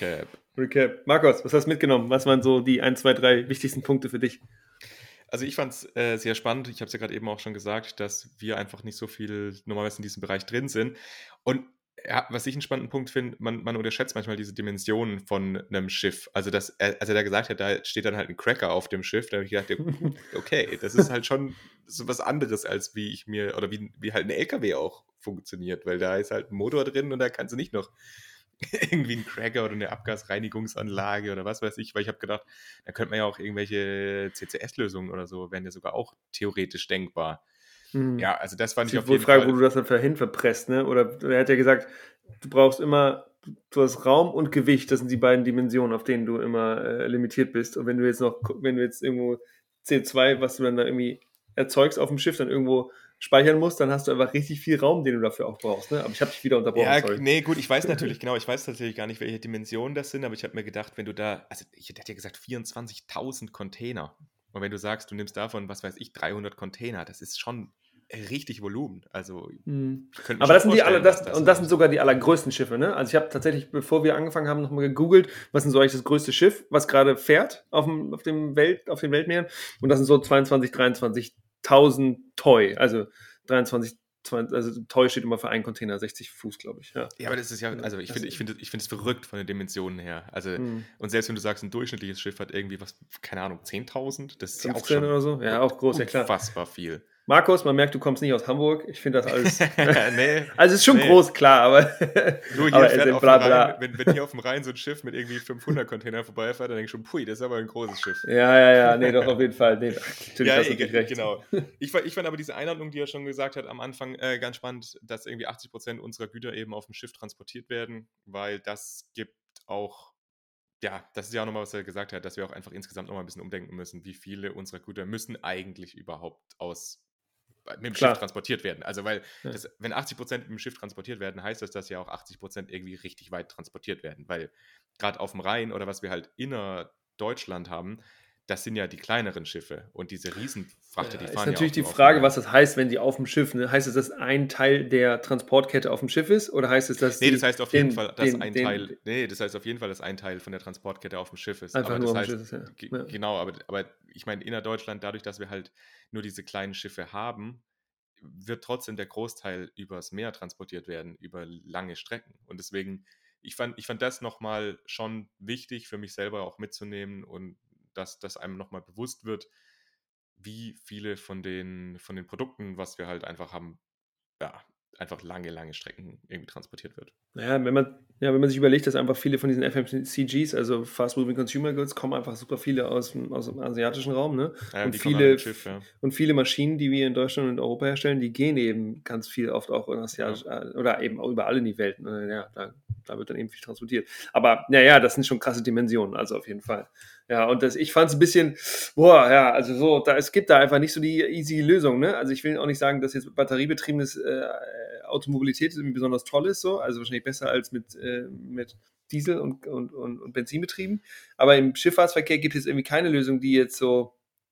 Markus, was hast du mitgenommen? Was waren so die 1, 2, 3 wichtigsten Punkte für dich? Also ich fand es sehr spannend. Ich habe es ja gerade eben auch schon gesagt, dass wir einfach nicht so viel normalerweise in diesem Bereich drin sind. Und ja, was ich einen spannenden Punkt finde, man unterschätzt manchmal diese Dimensionen von einem Schiff. Also als er da gesagt hat, da steht dann halt ein Cracker auf dem Schiff, da habe ich gedacht, okay, das ist halt schon so was anderes, als wie halt ein LKW auch funktioniert, weil da ist halt ein Motor drin und da kannst du nicht noch irgendwie einen Cracker oder eine Abgasreinigungsanlage oder was weiß ich, weil ich habe gedacht, da könnte man ja auch irgendwelche CCS-Lösungen oder so, wären ja sogar auch theoretisch denkbar. Ja, also das fand ich auf jeden Frage, Fall. wo du das dann dahin verpresst, ne? Oder er hat ja gesagt, du brauchst immer, du hast Raum und Gewicht, das sind die beiden Dimensionen, auf denen du immer limitiert bist. Und wenn du jetzt irgendwo CO2, was du dann da irgendwie erzeugst auf dem Schiff, dann irgendwo speichern musst, dann hast du einfach richtig viel Raum, den du dafür auch brauchst, ne? Aber ich habe dich wieder unterbrochen, Ja, sorry. nee, gut, ich weiß natürlich gar nicht, welche Dimensionen das sind, aber ich habe mir gedacht, wenn du da, also ich hätte ja gesagt 24.000 Container. Und wenn du sagst, du nimmst davon, was weiß ich, 300 Container, das ist schon richtig Volumen. Also, ich könnte mir Aber das schon sind vorstellen, das sind sogar die allergrößten Schiffe, ne? Also ich habe tatsächlich, bevor wir angefangen haben, nochmal gegoogelt, was ist so eigentlich das größte Schiff, was gerade fährt auf den Weltmeeren. Und das sind so 23.000 Toy. Also 23, also Toy steht immer für einen Container, 60 Fuß, glaube ich. Ja, aber das ist ja, also ich finde es verrückt von den Dimensionen her. Also, und selbst wenn du sagst, ein durchschnittliches Schiff hat irgendwie was, keine Ahnung, 10.000, das ist ja auch schon oder so. Ja, auch groß, ja klar. Unfassbar viel. Markus, man merkt, du kommst nicht aus Hamburg. Ich finde das alles. Nee, also es ist schon groß, klar, aber. Du, hier aber fährt auf dem Rhein, wenn hier auf dem Rhein so ein Schiff mit irgendwie 500 Container vorbeifährt, dann denke ich schon, pui, das ist aber ein großes Schiff. Ja, nee, doch, auf jeden Fall. Nee, natürlich hast du recht. Genau. Ich fand aber diese Einordnung, die er schon gesagt hat am Anfang, ganz spannend, dass irgendwie 80% unserer Güter eben auf dem Schiff transportiert werden, weil das gibt auch. Ja, das ist ja auch nochmal, was er gesagt hat, dass wir auch einfach insgesamt nochmal ein bisschen umdenken müssen, wie viele unserer Güter müssen eigentlich überhaupt mit dem Schiff transportiert werden. Also, weil wenn 80% mit dem Schiff transportiert werden, heißt das, dass ja auch 80% irgendwie richtig weit transportiert werden. Weil gerade auf dem Rhein oder was wir halt innerdeutschland haben, das sind ja die kleineren Schiffe und diese Riesenfrachter, die fahren ja. Ist natürlich die Frage, was das heißt, wenn die auf dem Schiff, ne? Heißt es, dass ein Teil der Transportkette auf dem Schiff ist oder heißt es, dass das heißt auf jeden Fall, dass ein Teil von der Transportkette auf dem Schiff ist. Einfach aber nur das auf dem heißt, Schiff ist, ja. Genau, aber ich meine, innerdeutschland, dadurch, dass wir halt nur diese kleinen Schiffe haben, wird trotzdem der Großteil übers Meer transportiert werden, über lange Strecken. Und deswegen, ich fand das nochmal schon wichtig für mich selber auch mitzunehmen und dass einem nochmal bewusst wird, wie viele von den Produkten, was wir halt einfach haben, ja, einfach lange Strecken irgendwie transportiert wird. Naja, wenn man sich überlegt, dass einfach viele von diesen FMCGs, also Fast Moving Consumer Goods, kommen einfach super viele aus dem asiatischen Raum, ne? Ja, und viele Maschinen, die wir in Deutschland und Europa herstellen, die gehen eben ganz viel oft auch in asiatisch, oder eben auch überall in die Welt. Ne? Ja, da wird dann eben viel transportiert. Aber naja, das sind schon krasse Dimensionen, also auf jeden Fall. Ja, und ich fand es ein bisschen, also so, es gibt da einfach nicht so die easy Lösung, ne? Also ich will auch nicht sagen, dass jetzt batteriebetriebenes Automobilität besonders toll ist, so, also wahrscheinlich besser als mit Diesel und Benzinbetrieben. Aber im Schifffahrtsverkehr gibt es irgendwie keine Lösung, die jetzt so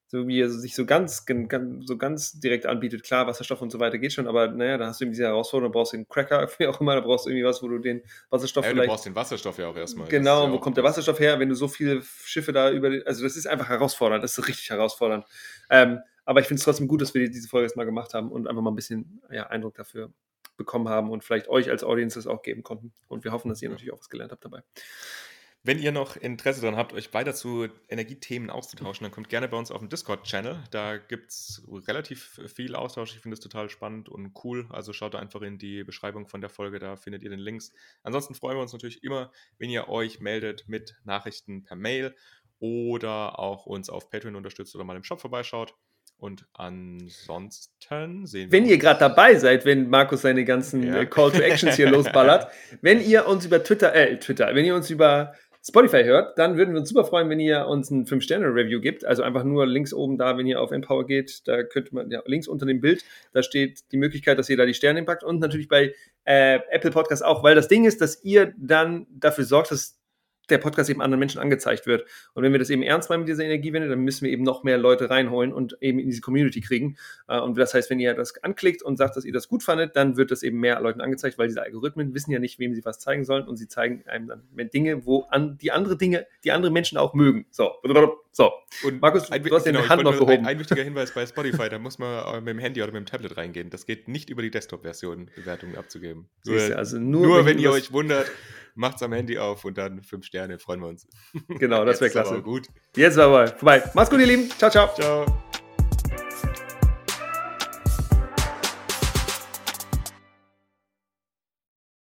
so wie er sich so ganz direkt anbietet. Klar, Wasserstoff und so weiter geht schon, aber naja, da hast du eben diese Herausforderung, du brauchst den Cracker, wie auch immer, da brauchst du irgendwie was, wo du den Wasserstoff du vielleicht... brauchst den Wasserstoff ja auch erstmal. Genau, ja wo kommt der Wasserstoff her, wenn du so viele Schiffe da also das ist einfach herausfordernd, das ist richtig herausfordernd. Aber ich finde es trotzdem gut, dass wir diese Folge jetzt mal gemacht haben und einfach mal ein bisschen Eindruck dafür bekommen haben und vielleicht euch als Audience das auch geben konnten. Und wir hoffen, dass ihr natürlich auch was gelernt habt dabei. Wenn ihr noch Interesse daran habt, euch weiter zu Energiethemen auszutauschen, dann kommt gerne bei uns auf den Discord-Channel. Da gibt es relativ viel Austausch. Ich finde es total spannend und cool. Also schaut da einfach in die Beschreibung von der Folge, da findet ihr den Links. Ansonsten freuen wir uns natürlich immer, wenn ihr euch meldet mit Nachrichten per Mail oder auch uns auf Patreon unterstützt oder mal im Shop vorbeischaut. Und ansonsten sehen wir Wenn ihr gerade dabei seid, wenn Markus seine ganzen Call to Actions hier losballert, wenn ihr uns über wenn ihr uns über Spotify hört, dann würden wir uns super freuen, wenn ihr uns ein 5-Sterne-Review gibt. Also einfach nur links oben da, wenn ihr auf Empower geht, da könnte man, links unter dem Bild, da steht die Möglichkeit, dass ihr da die Sterne packt und natürlich bei Apple Podcast auch, weil das Ding ist, dass ihr dann dafür sorgt, dass der Podcast eben anderen Menschen angezeigt wird. Und wenn wir das eben ernst meinen mit dieser Energiewende, dann müssen wir eben noch mehr Leute reinholen und eben in diese Community kriegen. Und das heißt, wenn ihr das anklickt und sagt, dass ihr das gut fandet, dann wird das eben mehr Leuten angezeigt, weil diese Algorithmen wissen ja nicht, wem sie was zeigen sollen und sie zeigen einem dann Dinge, die andere Menschen auch mögen. So. Und Markus, du hast deine Hand noch gehoben. Ein wichtiger Hinweis bei Spotify, da muss man mit dem Handy oder mit dem Tablet reingehen. Das geht nicht über die Desktop-Version, Bewertungen abzugeben. Also nur wenn ihr euch wundert, macht's am Handy auf und dann 5 Sterne, freuen wir uns. Genau, das wäre klasse. Gut. Jetzt aber vorbei. Macht's gut, ihr Lieben. Ciao, ciao. Ciao.